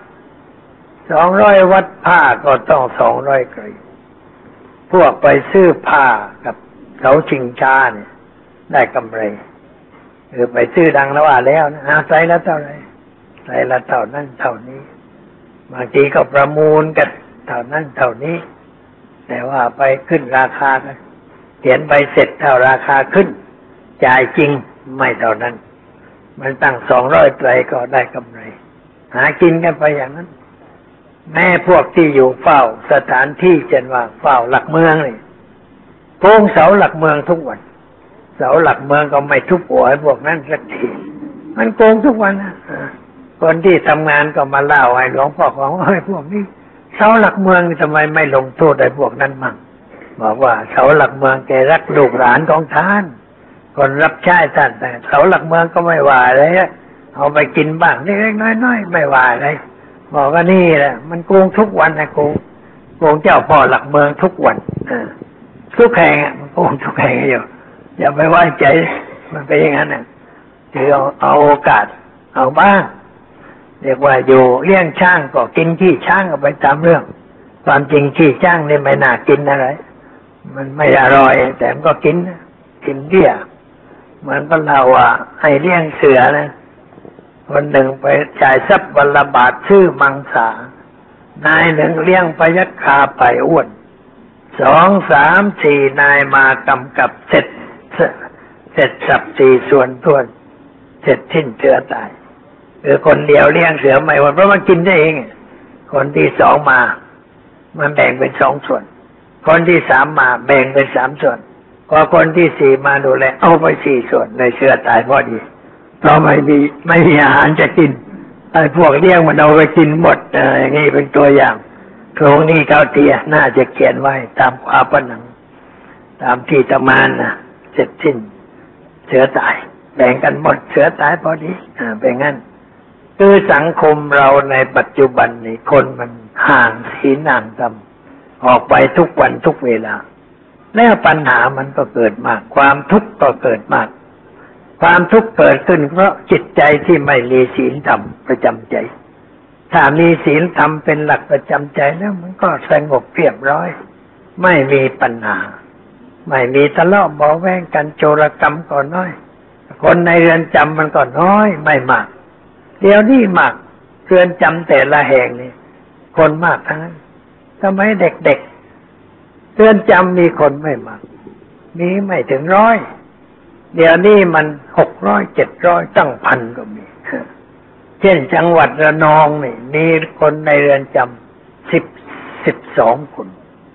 200 วัดผ้าก็ต้อง200 กรีบพวกไปซื้อผ้ากับเสาชิงช้าเนี่ยได้กำไรคือไปซื้อดังแล้วว่าแล้วนะใส่ละเท่าไหร่ใส่ละเท่านั้นเท่านี้บางทีก็ประมูลกันเท่านั้นเท่านี้แต่ว่าไปขึ้นราคากันเขียนใบเสร็จเท่าราคาขึ้นจ่ายจริงไม่เท่านั้นมันตั้ง200 ไตรก็ได้กำไรหากินกันไปอย่างนั้นแม่พวกที่อยู่เฝ้าสถานที่เช่นว่าเฝ้าหลักเมืองนี่โกงเสาหลักเมืองทุกวันเสาหลักเมืองก็ไม่ทุบหัวให้พวกนั้นสักทีมันโกงทุกวันนะคนที่ทำงานก็มาเล่าให้หลวงพ่อของไอ้พวกนี้เสาหลักเมืองทำไมไม่ลงโทษไอ้พวกนั้นมั่งบอกว่าเสาหลักเมืองแกรักลูกหลานของท่านคนรับใช้ท่านแต่เสาหลักเมืองก็ไม่ว่าอะไรเอาไปกินบ้างเล็กๆน้อยๆไม่ว่าอะไรบอกว่านี่แหละมันโกงทุกวันนะโกงเจ้าพ่อหลักเมืองทุกวันทุกแห่งมันโกงทุกแห่งอยู่อย่าไปไว้ใจมันเป็นอย่างนั้นนะถือเอาโอกาสเอาบ้างเรียกว่าอยู่เลี้ยงช้างก็กินขี้ช้างก็ไปตามเรื่องความจริงขี้ช้างนี่ไม่น่ากินอะไรมันไม่อร่อยแต่มันก็กินเบี้ยมันก็เล่าว่าให้เลี้ยงเสือนะคนหนึ่งไปจ่ายทรัพย์วันละบาทซื้อมังสานายหนึ่งเลี้ยงพยัคฆาไปอ้วน2 3 4นายมากำกับเสร็จสับ4ส่วนท้วนเสร็จสิ้นเสือตายคือคนเดียวเลี้ยงเสือไม่หมดเพราะมันกินได้เองคนที่2มามันแบ่งเป็น2ส่วนคนที่3มาแบ่งเป็น3ส่วนพอคนที่4มาดูแลเอาไป4ส่วนในเสือตายพอดีเพราะไม่มีอาหารจะกินไอ้พวกเลี้ยงมันเอาไปกินหมดอย่างนี้เป็นตัวอย่างโครงนี้เขาเตียน่าจะเขียนไว้ตามความผนังตามที่ตำนานนะเสร็จสิ้นเสือตายแบ่งกันหมดเสือตายพอดีเป็นงั้นคือสังคมเราในปัจจุบันนี้คนมันห่างศีลห่างธรรมออกไปทุกวันทุกเวลาแล้วปัญหามันก็เกิดมากความทุกข์ก็เกิดมากความทุกข์เกิดขึ้นเพราะจิตใจที่ไม่มีศีลธรรมประจำใจถ้ามีศีลธรรมเป็นหลักประจำใจแล้วมันก็สงบเรียบร้อยไม่มีปัญหาไม่มีทะเลาะเบาะแว้งกันโจรกรรมก็น้อยคนในเรือนจำมันก็น้อยไม่มากเดี๋ยวนี้มากเรือนจำแต่ละแห่งนี่คนมากทั้งนั้นสมัยเด็กๆเรือนจำมีคนไม่มากมีไม่ถึง100เดี๋ยวนี้มัน600 700ตั้งพันก็มีเช่นจังหวัดระนองนี่มีคนในเรือนจำ12 คน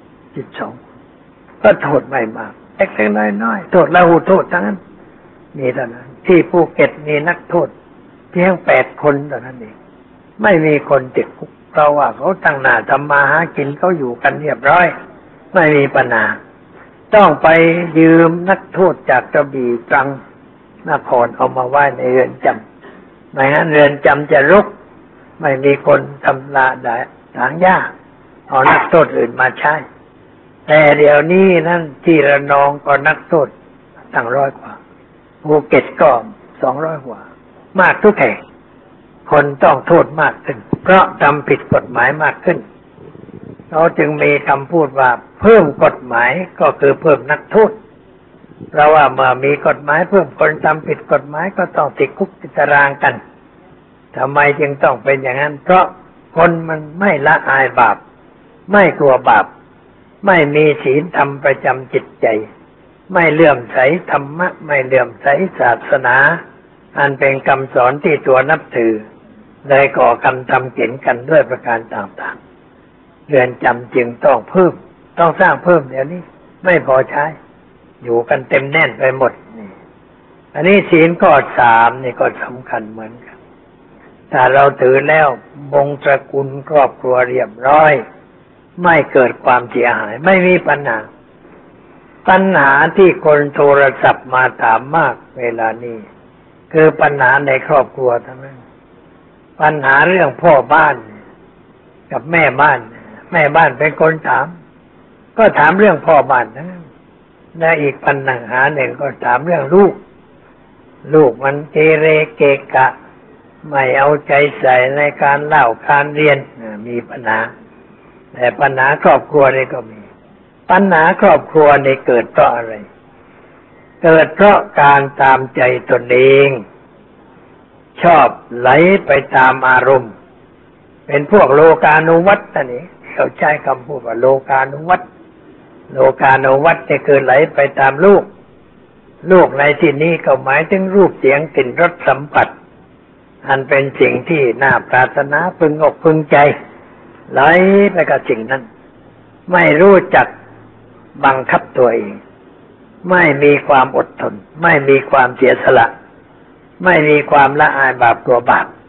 ก็โทษไม่มากเล็กๆน้อยๆโทษละหูโทษทั้งนั้นมีเท่านั้นที่ภูเก็ตมีนักโทษเพียง8 คนเท่านั้นเองไม่มีคนติดคุกเพราะว่าเขาตั้งหน้าทำมาหากินเขาอยู่กันเรียบร้อยไม่มีปัญหาต้องไปยืมนักโทษจากกระบี่ตรังนครเอามาไว้ในเรือนจำไม่งั้นเรือนจำจะรกไม่มีคนทำลาได้ถางหญ้าเอานักโทษอื่นมาใช้แต่เดี๋ยวนี้นั่นที่ระนองก็นักโทษตั้ง100 กว่าภูเก็ตก็200 กว่ามากทุกแห่งคนต้องโทษมากขึ้นเพราะทำผิดกฎหมายมากขึ้นเราจึงมีคำพูดว่าเพิ่มกฎหมายก็คือเพิ่มนักโทษเพราะว่าเมื่อมีกฎหมายเพิ่มคนทำผิดกฎหมายก็ต้องติดคุกติดตารางกันทำไมจึงต้องเป็นอย่างนั้นเพราะคนมันไม่ละอายบาปไม่กลัวบาปไม่มีศีลธรรมประจำจิตใจไม่เลื่อมใสธรรมะไม่เลื่อมใสศาสนาอันเป็นคำสอนที่ตัวนับถือเลยก่อกรรมทำเข็ญกันด้วยประการต่างๆเรือนจำจึงต้องเพิ่มต้องสร้างเพิ่มเดี๋ยวนี้ไม่พอใช้อยู่กันเต็มแน่นไปหมดนี่อันนี้ศีลข้อ3นี่ก็สำคัญเหมือนกันถ้าเราถือแล้ววงตระกูลครอบครัวเรียบร้อยไม่เกิดความเสียหายไม่มีปัญหาที่คนโทรศัพท์มาถามมากเวลานี้คือปัญหาในครอบครัวทั้งนั้นปัญหาเรื่องพ่อบ้านกับแม่บ้านเป็นคนถามก็ถามเรื่องพ่อบ้านนะและอีกปัญหาหนึ่งก็ถามเรื่องลูกมันเกเรเกะกะไม่เอาใจใส่ในการเล่าการเรียนมีปัญหาแต่ปัญหาครอบครัวนี่ก็มีปัญหาครอบครัวนี่เกิดเพราะอะไรเกิดเพราะการตามใจตนเองชอบไหลไปตามอารมณ์เป็นพวกโลกานุวัตนี่เขาใช้คำพูดว่าโลกานุวัตนี่คือไหลไปตามลูกในที่นี้ก็หมายถึงรูปเสียงกลิ่นรสสัมผัสอันเป็นสิ่งที่น่าปรารถนาพึงอกพึงใจไหลไปกับสิ่งนั้นไม่รู้จักบังคับตัวเองไม่มีความอดทนไม่มีความเสียสละไม่มีความละอายบาปกลัวบาป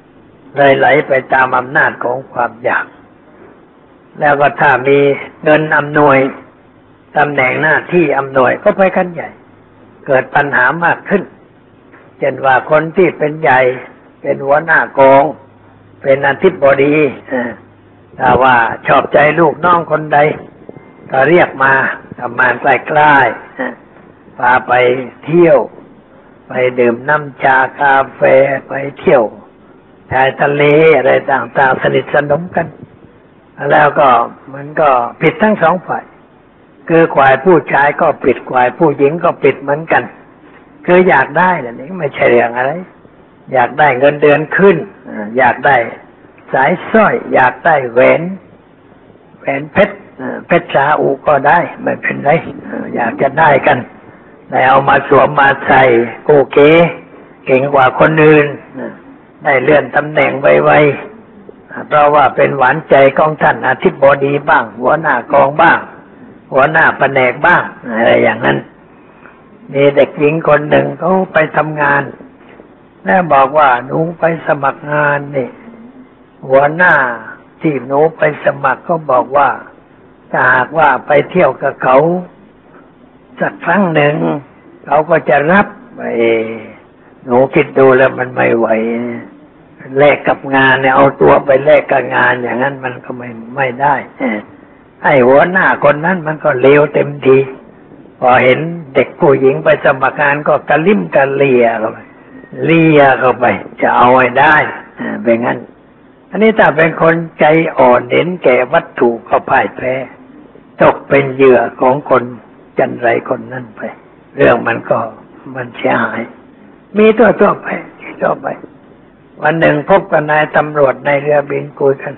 เลยไหลไปตามอำนาจของความอยากแล้วก็ถ้ามีเงินอำนวยตำแหน่งหน้าที่อำนวยก็ไปกันใหญ่เกิดปัญหามากขึ้นเช่นว่าคนที่เป็นใหญ่เป็นหัวหน้ากองเป็นอธิบดีถ้าว่าชอบใจลูกน้องคนใดก็เรียกมาทำงานใกล้ๆพาไปเที่ยวไปดื่มน้ำชากาแฟไปเที่ยวชายทะเลอะไรต่างๆสนิทสนมกันแล้วก็มันก็ผิดทั้งสองฝ่ายคือฝ่ายผู้ชายก็ผิดฝ่ายผู้หญิงก็ผิดเหมือนกันคืออยากได้แต่นี่ไม่ใช่เรื่องอะไรอยากได้เงินเดือนขึ้นอยากได้สายสร้อยอยากได้แหวนเพชรซาอุก็ได้ไม่เป็นไรอยากจะได้กันได้เอามาสวมมาใส่โอเคเก่งกว่าคนอื่นได้เลื่อนตำแหน่งไวๆเพราะว่าเป็นหวานใจของท่านอธิบดีบ้างหัวหน้ากองบ้างหัวหน้าแผนกบ้างอะไรอย่างนั้นมีเด็กหญิงคนหนึ่งเขาไปทำงานแล้วบอกว่าหนูไปสมัครงานนี่หัวหน้าที่หนูไปสมัครก็บอกว่าถ้าหากว่าไปเที่ยวกับเขาสักครั้งหนึ่งเขาก็จะรับไปหนูคิดดูแล้วมันไม่ไหวแลกกับงานเนี่ยเอาตัวไปแลกกับงานอย่างนั้นมันก็ไม่ได้ไอ้หัวหน้าคนนั้นมันก็เลวเต็มทีพอเห็นเด็กผู้หญิงไปสมัครงานก็กระลิ่มกระเลียเข้าไปจะเอาไว้ได้เป็นงั้นอันนี้ถ้าเป็นคนใจอ่อนเห็นแก่วัตถุก็พ่ายแพ้ตกเป็นเหยื่อของคนจันไรคนนั้นไปเรื่องมันเสียหายมีทั่วไปวันหนึ่งพบกับนายตำรวจในเรือบินคุยกัน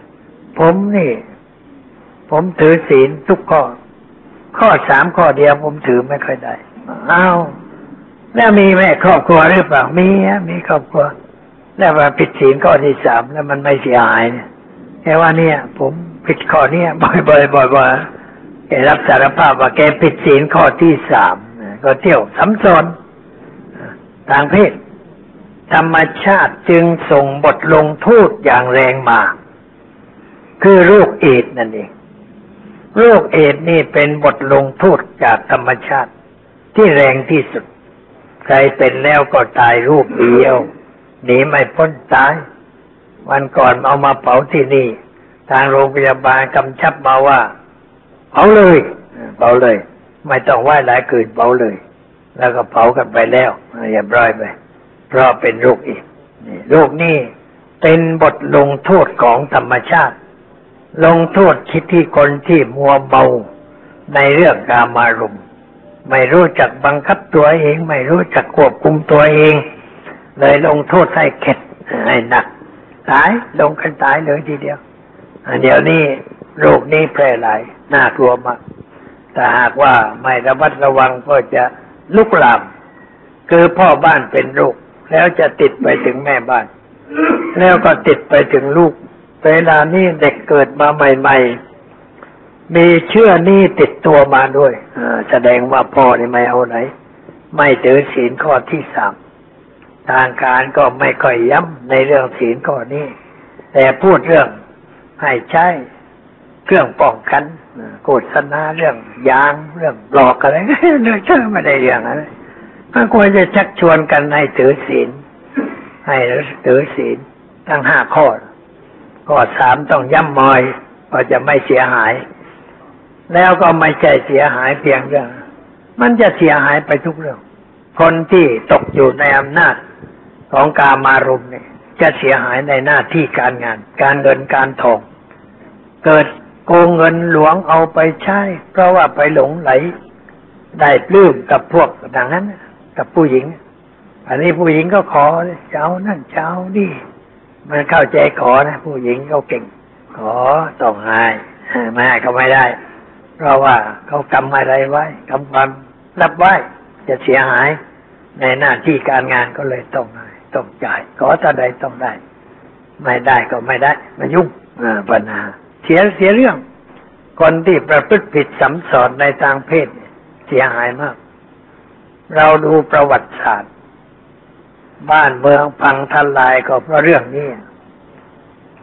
ผมถือศีลทุกข้อ3ข้อเดียวผมถือไม่ค่อยได้อ้าวแล้วมีแม่ครอบครัวหรือเปล่ามีครอบครัวแล้วว่าผิดศีลข้อที่3แล้วมันไม่เสียหายเนี่ยแค่ว่าเนี่ยผมผิดข้อนี้บ่อยแกรับสารภาพว่าแกผิดศีลข้อที่3ก็เที่ยวซ้ำซ้อนทางเพศธรรมชาติจึงส่งบทลงโทษอย่างแรงมาคือโรคเอดส์นั่นเองโรคเอดส์นี่เป็นบทลงโทษจากธรรมชาติที่แรงที่สุดใครเป็นแล้วก็ตายรูปเดียวหนีไม่พ้นตายวันก่อนเอามาเผาที่นี่ทางโรงพยาบาลกำชับมาว่าเผาเลยไม่ต้องไหว้หลายคืนเผาเลยแล้วก็เผากันไปแล้วเรียบร้อยไปเพราะเป็นโรคเอดส์โรคนี้เป็นบทลงโทษของธรรมชาติลงโทษคิดที่คนที่มัวเมาในเรื่องกามารมณ์ไม่รู้จักบังคับตัวเองไม่รู้จักควบคุมตัวเองเลยลงโทษให้เข็ดให้หนักตายลงกันตายเลยทีเดียวเดี๋ยวนี้โรคนี้แพร่หลายน่ากลัวมากถ้าหากว่าไม่ระมัดระวังก็จะลุกลามคือพ่อบ้านเป็นโรคแล้วจะติดไปถึงแม่บ้านแล้วก็ติดไปถึงลูกเวลานี้เด็กเกิดมาใหม่ๆมีเชื้อนี้ติดตัวมาด้วยแสดงว่าพ่อนี่ไม่เอาไหนไม่ถือศีลข้อที่3ทางการก็ไม่ค่อยย้ำในเรื่องศีลข้อนี้แต่พูดเรื่องให้ใช้เครื่องป้องกันโฆษณาเรื่องยางเรื่องหลอกอะไรเรื่องเชื่อไม่ได้เรื่องอะไรมันควรจะชักชวนกันให้ถือศีลให้ถือศีลทั้ง5ข้อ3ต้องย่ำมอยก็จะไม่เสียหายแล้วก็ไม่ใช่เสียหายเพียงเรื่องมันจะเสียหายไปทุกเรื่องคนที่ตกอยู่ในอำนาจของกามารมณ์เนี่ยจะเสียหายในหน้าที่การงานการเงินการทองเกิดโกงเงินหลวงเอาไปใช้เพราะว่าไปหลงไหลได้ปลื้มกับพวกดังนั้นกับผู้หญิงอันนี้ผู้หญิงก็ขอเจ้านั่นเจ้านี่มันเข้าใจขอนะผู้หญิงเขาเก่งขอต้องให้ไม่ให้ก็ไม่ได้เพราะว่าเขากำอะไรไว้กำความรับไว้จะเสียหายในหน้าที่การงานก็เลยต้องให้ต้องจ่ายขอเท่าใดต้องได้ไม่ได้ก็ไม่ได้มายุ่งปัญหาเสียเรื่องคนที่ประพฤติผิดสัมสอนในทางเพศเสียหายมากเราดูประวัติศาสตร์บ้านเมืองพังทลายก็เพราะเรื่องนี้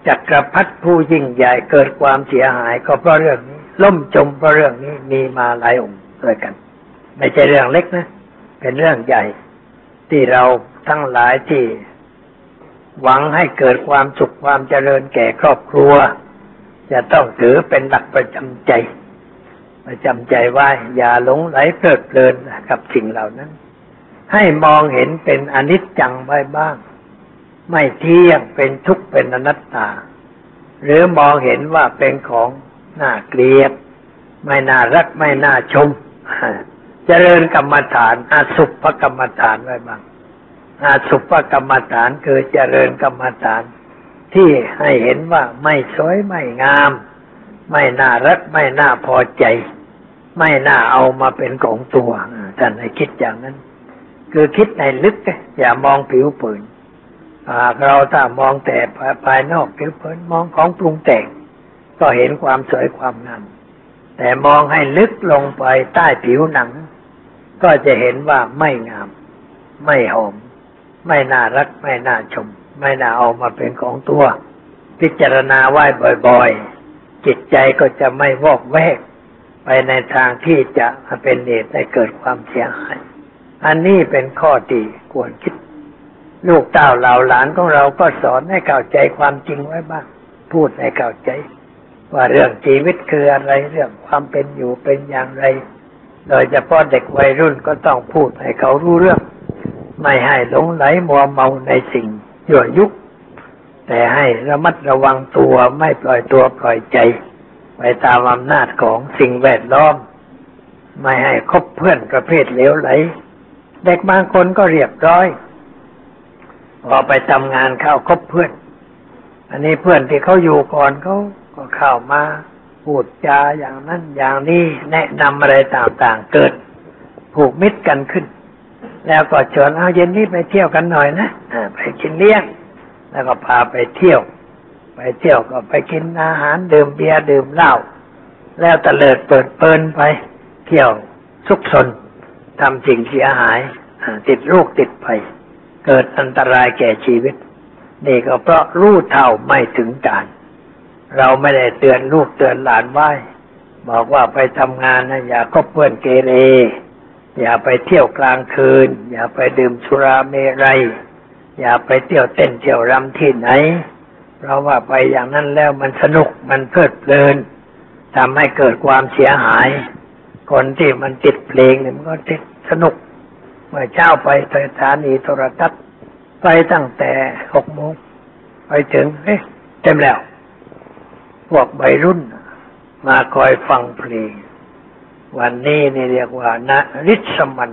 จักรพรรดิผู้ยิ่งใหญ่เกิดความเสียหายก็เพราะเรื่องนี้ล่มจมเพราะเรื่องนี้มีมาหลายองค์ด้วยกันไม่ใช่เรื่องเล็กนะเป็นเรื่องใหญ่ที่เราทั้งหลายที่หวังให้เกิดความสุขความเจริญแก่ครอบครัวจะต้องถือเป็นหลักประจำใจว่าอย่าหลงไหลเพลิดเพลินกับสิ่งเหล่านั้นให้มองเห็นเป็นอนิจจังไว้บ้างไม่เที่ยงเป็นทุกข์เป็นอนัตตาหรือมองเห็นว่าเป็นของน่าเกลียดไม่น่ารักไม่น่าชมเจริญกรรมฐานอสุภกรรมฐานไว้บ้างอสุภกรรมฐานคือเจริญกรรมฐานที่ให้เห็นว่าไม่สวยไม่งามไม่น่ารักไม่น่าพอใจไม่น่าเอามาเป็นของตัวท่านให้คิดอย่างนั้นคือคิดในลึกอย่ามองผิวเผินเราถ้ามองแต่ภายนอกผิวเผินมองของปรุงแต่งก็เห็นความสวยความงามแต่มองให้ลึกลงไปใต้ผิวหนังก็จะเห็นว่าไม่งามไม่หอมไม่น่ารักไม่น่าชมไม่น่าเอามาเป็นของตัวพิจารณาไว้บ่อยๆจิตใจก็จะไม่วอกแวกไปในทางที่จะเป็นเหตุให้เกิดความเสียหายอันนี้เป็นข้อที่ควรคิดลูกเต้าเหล่าหลานของเราก็สอนให้เข้าใจความจริงไว้บ้างพูดให้เข้าใจว่าเรื่องชีวิตคืออะไรเรื่องความเป็นอยู่เป็นอย่างไรโดยเฉพาะเด็กวัยรุ่นก็ต้องพูดให้เขารู้เรื่องไม่ให้หลงไหลมัวเมาในสิ่งยั่วยุแต่ให้ระมัดระวังตัวไม่ปล่อยตัวปล่อยใจไปตามอำนาจของสิ่งแวดล้อมไม่ให้คบเพื่อนประเภทเหลวไหลเด็กบางคนก็เรียบร้อยพอไปทำงานเข้าคบเพื่อนอันนี้เพื่อนที่เขาอยู่ก่อนเขาก็เข้ามาพูดจาอย่างนั้นอย่างนี้แนะนำอะไรต่างๆเกิดผูกมิตรกันขึ้นแล้วก็ชวนเอาเย็นนี้ไปเที่ยวกันหน่อยนะไปกินเลี้ยงแล้วก็พาไปเที่ยวก็ไปกินอาหารดื่มเบียร์ดื่มเหล้าแล้วตะเลิดเปิดเปินไปเที่ยวซุกซนทำสิ่งเสียหายติดโรคติดภัยเกิดอันตรายแก่ชีวิตนี่ก็เพราะรู้เท่าไม่ถึงการเราไม่ได้เตือนลูกเตือนหลานไว้บอกว่าไปทำงานนะอย่าคบเพื่อนเกเรอย่าไปเที่ยวกลางคืนอย่าไปดื่มสุราเมรัยอย่าไปเที่ยวเต้นเที่ยวรำที่ไหนเพราะว่าไปอย่างนั้นแล้วมันสนุกมันเพลิดเพลินทำให้เกิดความเสียหายคนที่มันติดเพลงเนี่ยมันก็ติดสนุกเมื่อเช้าไปสถานีโทรทัศน์ไปตั้งแต่6 โมงไปถึงเต็มแล้วพวกวัยรุ่นมาคอยฟังเพลงวันนี้นี่เรียกว่านะริศมัน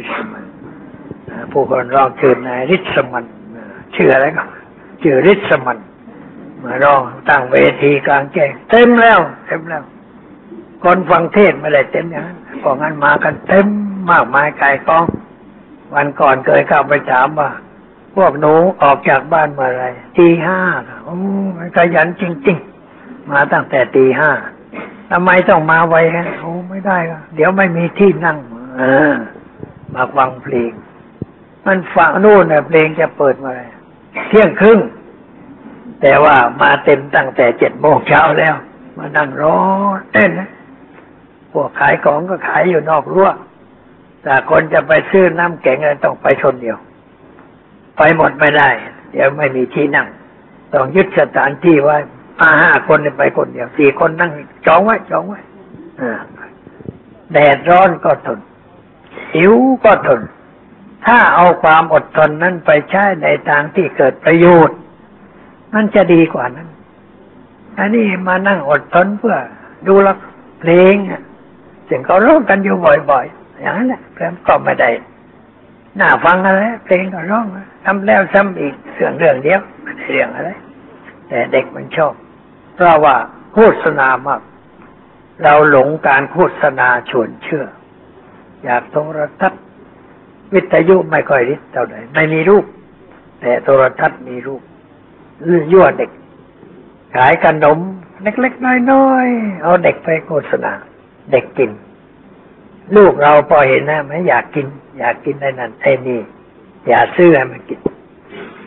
ผู้คนร้องชื่อนายริศมันชื่ออะไรก็ชื่อริศมันมาร้องตั้งเวทีกลางแจ้งเต็มแล้วคนฟังเทศไม่ได้เต็มอย่างนั้นพองั้นมากันเต็มมากมายกายกองวันก่อนเคยเข้าไปถามว่าพวกหนูออกจากบ้านเมื่อไรตี 5โอ้ขยันจริงๆมาตั้งแต่ตี 5ทำไมต้องมาไวฮะโอ้ไม่ได้ก็เดี๋ยวไม่มีที่นั่งมาฟังเพลงมันฟังนู่นน่ะเพลงจะเปิดมาเที่ยงครึ่งแต่ว่ามาเต็มตั้งแต่7 โมงเช้าแล้วมานั่งรอเต้นนะพวกขายของก็ขายอยู่นอกรั้วแต่คนจะไปซื้อน้ำแข็งอะไรต้องไปคนเดียวไปหมดไม่ได้เดี๋ยวไม่มีที่นั่งต้องยึดสถานที่ไว้5 คนไปคนเดียว4 คนนั่งจองไว้แดดร้อนก็ทนหิวก็ทนถ้าเอาความอดทนนั้นไปใช้ในทางที่เกิดประโยชน์มันจะดีกว่านั้นอันนี้มานั่งอดทนเพื่อดูละเพลงซึ่งเขาร้องกันอยู่บ่อยๆอย่างนั้นแหละเพลงก็ไม่ได้น่าฟังอะไรเพลงก็ร้องทำแล้วซ้ำอีกเรื่องเดียวไม่ได้เรื่องอะไรแต่เด็กมันชอบเพราะว่าโฆษณามากเราหลงการโฆษณาชวนเชื่ออยากโทรทัศน์วิทยุไม่ค่อยริดเท่าไหร่ไม่มีรูปแต่โทรทัศน์มีรูปยั่วเด็กขายขนมเล็กๆน้อยๆเอาเด็กไปโฆษณาเด็กกินลูกเราพอเห็นนะไม่อยากกินได้นั่นไอ้นี่อย่าซื้อให้มันกิน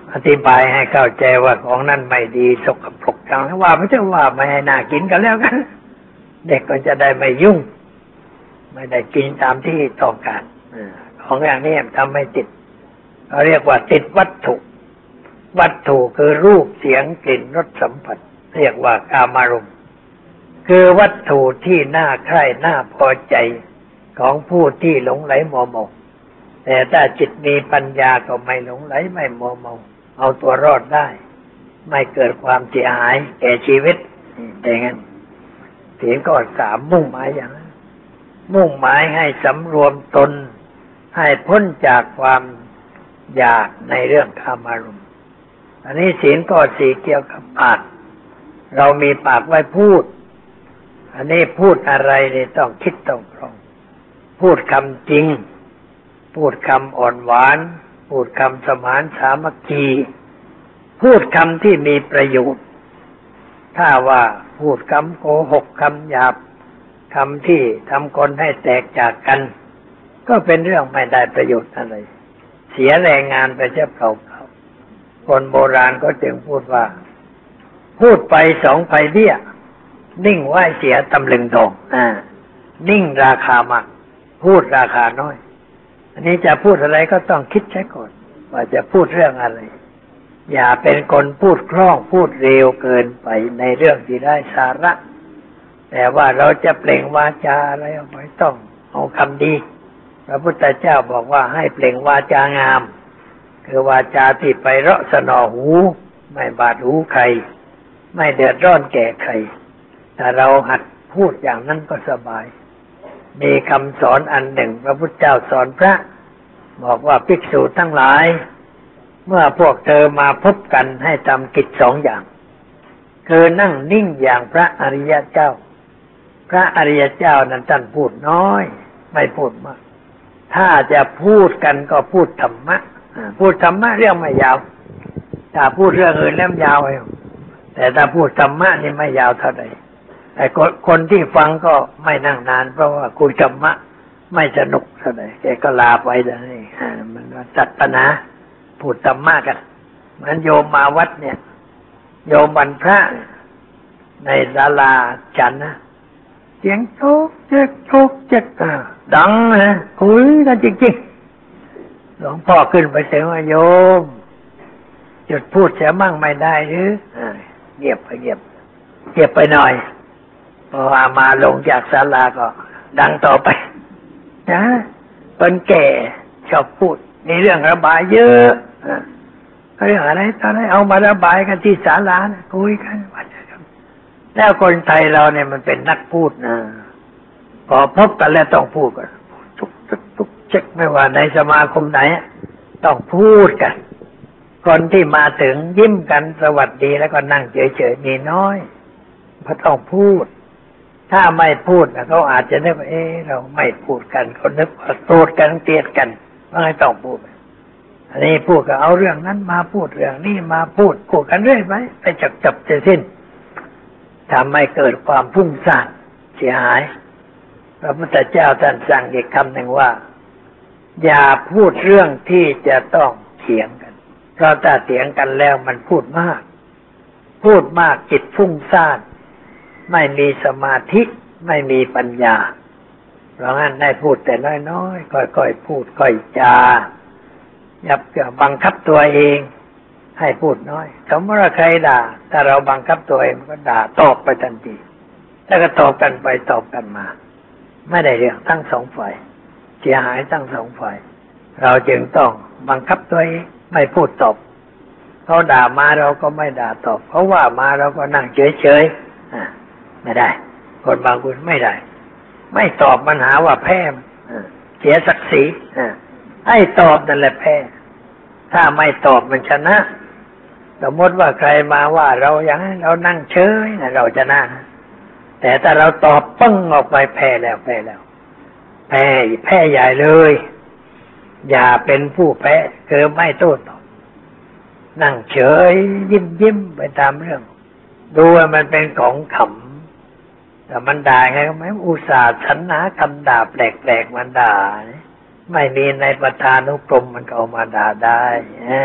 อธิบายให้เข้าใจว่าของนั้นไม่ดีสกปรกจังว่าไม่ใช่ว่าไม่ให้น่ากินกันแล้วกันเด็กก็จะได้ไม่ยุ่งไม่ได้กินตามที่ต้องการของอย่างนี้ทำให้ติดเขาเรียกว่าติดวัตถุวัตถุคือรูปเสียงกลิ่นรสสัมผัสเรียกว่ากามารมณ์คือวัตถุที่น่าใคร่น่าพอใจของผู้ที่หลงไหลมัวเมาแต่ถ้าจิตมีปัญญาก็ไม่หลงไหลไม่มัวเมาเอาตัวรอดได้ไม่เกิดความเสียหายแก่ชีวิตอย่างนั้นศีลข้อ 3มุ่งหมายอย่างนั้นมุ่งหมายให้สำรวมตนให้พ้นจากความอยากในเรื่องกามารมณ์อันนี้ศีลข้อ 4เกี่ยวกับปากเรามีปากไว้พูดอันนี้พูดอะไรนี่ต้องคิดต้องตรองพูดคำจริงพูดคำอ่อนหวานพูดคำสมานสามัคคีพูดคำที่มีประโยชน์ถ้าว่าพูดคำโกหกคำหยาบคำที่ทำคนให้แตกจากกันก็เป็นเรื่องไม่ได้ประโยชน์อะไรเสียแรงงานไปเช่เปล่าๆคนโบราณก็จึงพูดว่าพูดไป2 ไผ่เบี้ยนิ่งไว้เสียตำลึงทองนิ่งราคามากพูดราคาน้อยอันนี้จะพูดอะไรก็ต้องคิดใช้ก่อนว่าจะพูดเรื่องอะไรอย่าเป็นคนพูดคล่องพูดเร็วเกินไปในเรื่องที่ได้สาระแต่ว่าเราจะเปล่งวาจาอะไรออกไปต้องเอาคำดีพระพุทธเจ้าบอกว่าให้เปล่งวาจางามคือวาจาที่ไพเราะสนอหูไม่บาดหูใครไม่เดือดร้อนแก่ใครถ้าเราหัดพูดอย่างนั้นก็สบายมีคำสอนอันหนึ่งพระพุทธเจ้าสอนพระบอกว่าภิกษุทั้งหลายเมื่อพวกเธอมาพบกันให้ทำกิจ2 อย่างคือนั่งนิ่งอย่างพระอริยเจ้าพระอริยเจ้านั้นท่านพูดน้อยไม่พูดมากถ้าจะพูดกันก็พูดธรรมะพูดธรรมะเรื่องไม่ยาวถ้าพูดเรื่องอื่นแล้วยาวแต่ถ้าพูดธรรมะนี่ไม่ยาวเท่าไหร่แต่คนที่ฟังก็ไม่นั่งนานเพราะว่าคุยธรรมะไม่สนุกเท่าไหร่แกก็ลาไปแล้วนี่มันจัดปัญหาพูดธรรมะกันมันโยมมาวัดเนี่ยโยมวันพระในศาลาฉันนะเสียงโชกเจ๊กโชกเจ๊กดังนะคุยกันจริงๆหลวงพ่อขึ้นไปเสียงว่าโยมหยุดพูดเสียมั่งไม่ได้หรือเงียบไปหน่อยพอมาลงจากศาลาก็ดังต่อไปนะเป็นแก่ชอบพูดในเรื่องระบายเยอะเรื่องอะไรตอนนั้นเอามาระบายกันที่ศาลานะคุยกันแล้วคนไทยเราเนี่ยมันเป็นนักพูดนะพอพบกันแล้วต้องพูดกันทุกเช็คไม่ว่าในสมาคมไหนต้องพูดกันคนที่มาถึงยิ้มกันสวัสดีแล้วก็นั่งเฉยๆมีน้อยเพราะต้องพูดถ้าไม่พูดเขาอาจจะนึกว่าเราไม่พูดกันเขานึกว่าโกรธกันเกลียดกันว่าไงต้องพูดอันนี้พูดก็เอาเรื่องนั้นมาพูดเรื่องนี้มาพูดกันเรื่อยไปจบจะสิ้นทำให้เกิดความพุ่งซ่านเสียหายพระพุทธเจ้าท่านสั่งอีกคำหนึ่งว่าอย่าพูดเรื่องที่จะต้องเถียงกันเพราะถ้าเถียงกันแล้วมันพูดมากจิตพุ่งซ่านไม่มีสมาธิไม่มีปัญญาเพราะงั้นได้พูดแต่น้อยๆค่อยๆพูดค่อยจาอย่าบังคับตัวเองให้พูดน้อยสมมติว่าใครด่าถ้าเราบังคับตัวเองก็ด่าตอบไปทันทีแล้วก็ตอบกันไปตอบกันมาไม่ได้เรื่องทั้ง2 ฝ่ายเสียหายทั้ง2 ฝ่ายเราจึงต้องบังคับตัวเองไม่พูดตอบเขาด่ามาเราก็ไม่ด่าตอบเขาว่ามาเราก็นั่งเฉยๆไม่ได้คนบางคนไม่ได้ไม่ตอบมันหาว่าแพ้เสียศักดิ์ศรีให้ตอบนั่นแหละแพ้ถ้าไม่ตอบมันชนะสมมติว่าใครมาว่าเราอย่างนั้นเรานั่งเฉยนะเราชนะแต่ถ้าเราตอบปึ้งออกไปแพ้แล้วแพ้ใหญ่เลยอย่าเป็นผู้แพ้คือไม่โต้ตอบนั่งเฉยยิ้มไปตามเรื่องดูว่ามันเป็นของขำแต่มันด่าไงก็ไม่อุตส่าห์สรรหาคำด่าแปลกๆมันด่าไม่มีในประธานุกรมมันก็เอามาด่าได้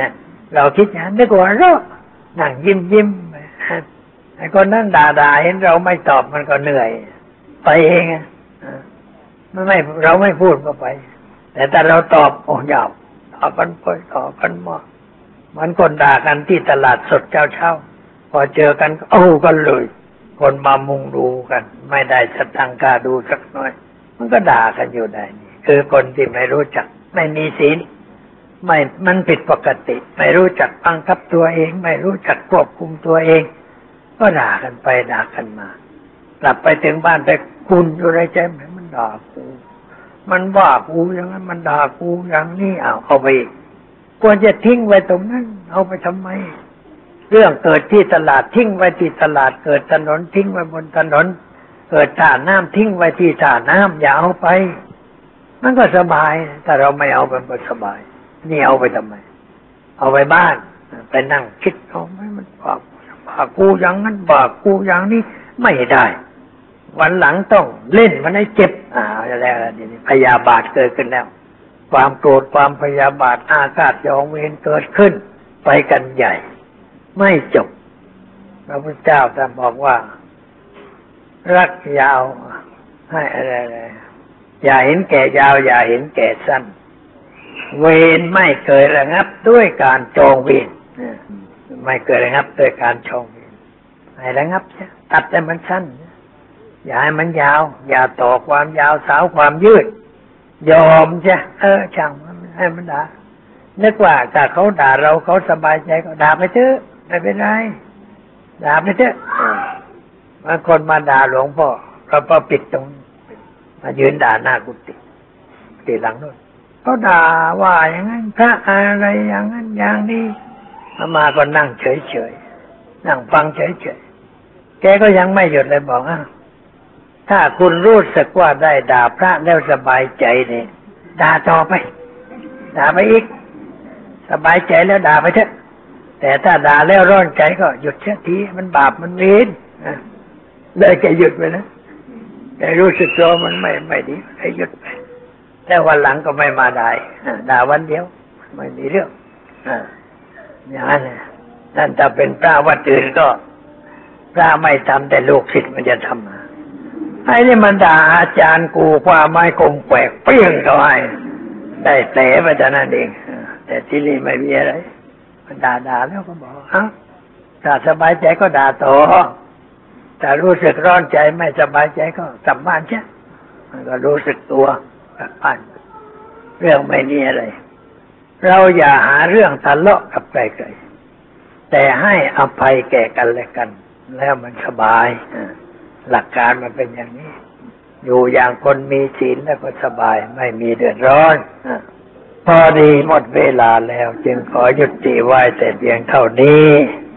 เราคิดอย่างนั้นนึกว่าเรานั่งยิ้มไอ้คนนั้นด่าเห็นเราไม่ตอบมันก็เหนื่อยไปเองไม่เราไม่พูดก็ไปแต่ถ้าเราตอบโอ้ยาวต่อกันไปต่อกันมามันคนด่ากันที่ตลาดสดเช้าพอเจอกันก็เอากันเลยคนมามุงดูกันไม่ได้สตังค์ค่าดูสักหน่อยมันก็ด่ากันอยู่ได้นี่คือคนที่ไม่รู้จักไม่มีศีลมันผิดปกติไม่รู้จักบังคับตัวเองไม่รู้จักควบคุมตัวเองก็ด่ากันไปด่ากันมากลับไปถึงบ้านไปคุณอยู่ในใจมันด่ากูมันว่ากูอย่างนั้นมันด่ากูอย่างนี้เอาไปควรจะทิ้งไว้ตรงนั้นเอาไปทำไมเรื่องเกิดที่ตลาดทิ้งไว้ที่ตลาดเกิดถนนทิ้งไว้บนถนนเกิดท่าน้ำทิ้งไว้ที่ท่าน้ำอย่าเอาไปมันก็สบายแต่เราไม่เอามันก็สบายนี่เอาไปทำไมเอาไปบ้านไปนั่งคิดเอาไหมมันว่ากูอย่างนั้นว่ากูอย่างนี้ไม่ได้วันหลังต้องเล่นมันให้เจ็บแล้วนี่พยาบาทเกิดขึ้นแล้วความโกรธความพยาบาทอาฆาตจองเวรเกิดขึ้นไปกันใหญ่ไม่จบพระพุทธเจ้าท่านบอกว่ารักยาวให้อะไรอย่าเห็นแก่ยาวอย่าเห็นแก่สั้นเวรไม่เคยระงับด้วยการจองเวรไม่เคยระงับด้วยการจองเวรให้ระงับใช่ตัดให้มันสั้นอย่าให้มันยาวอย่าต่อความยาวสาวความยืดยอมใช่ช่างมันให้มันด่านึกว่าถ้าเขาด่าเราเขาสบายใจก็ด่าไปเถอะไม่เป็นไรด่าไปเถอะบางคนมาด่าหลวงพ่อก็ปิดตรงมายืนด่าหน้ากุฏิหลังนู้นเขาด่าว่าอย่างนั้นพระอะไรอย่างนั้นอย่างนี้มาก็นั่งเฉยๆนั่งฟังเฉยๆแกก็ยังไม่หยุดเลยบอกถ้าคุณรู้สึกว่าได้ด่าพระแล้วสบายใจเนี่ยด่าต่อไปด่าไปอีกสบายใจแล้วด่าไปเถอะแต่ถ้าด่าแล้วร้อนใจก็หยุดเสียทีมันบาปมันเวรเลยแกหยุดไปนะแต่รู้สึกตัวมันไม่ดีแกหยุดไปแต่วันหลังก็ไม่มาด่าวันเดียวไม่มีเรื่องอย่างนั้นนั่นถ้าเป็นพระวัดอื่นก็พระไม่ทำแต่ลูกศิษย์มันจะทำไอ้นี่มันด่าอาจารย์กูความไม้คมแขวกเปรี้ยงเขาให้ได้แผลไปแต่นั้นเองแต่ที่นี่ไม่มีอะไรมันด่าแล้วก็บอกถ้าสบายใจก็ด่าต่อถ้ารู้สึกร้อนใจไม่สบายใจก็กลับบ้านใช่มันก็รู้สึกตัวกลับบ้านเรื่องไม่มีอะไรเราอย่าหาเรื่องทะเลาะกับใครๆแต่ให้อภัยแก่กันและกันแล้วมันสบายหลักการมันเป็นอย่างนี้อยู่อย่างคนมีศีลแล้วก็สบายไม่มีเดือดร้อนพอดีหมดเวลาแล้วจึงขอยุติไว้แต่เพียงเท่านี้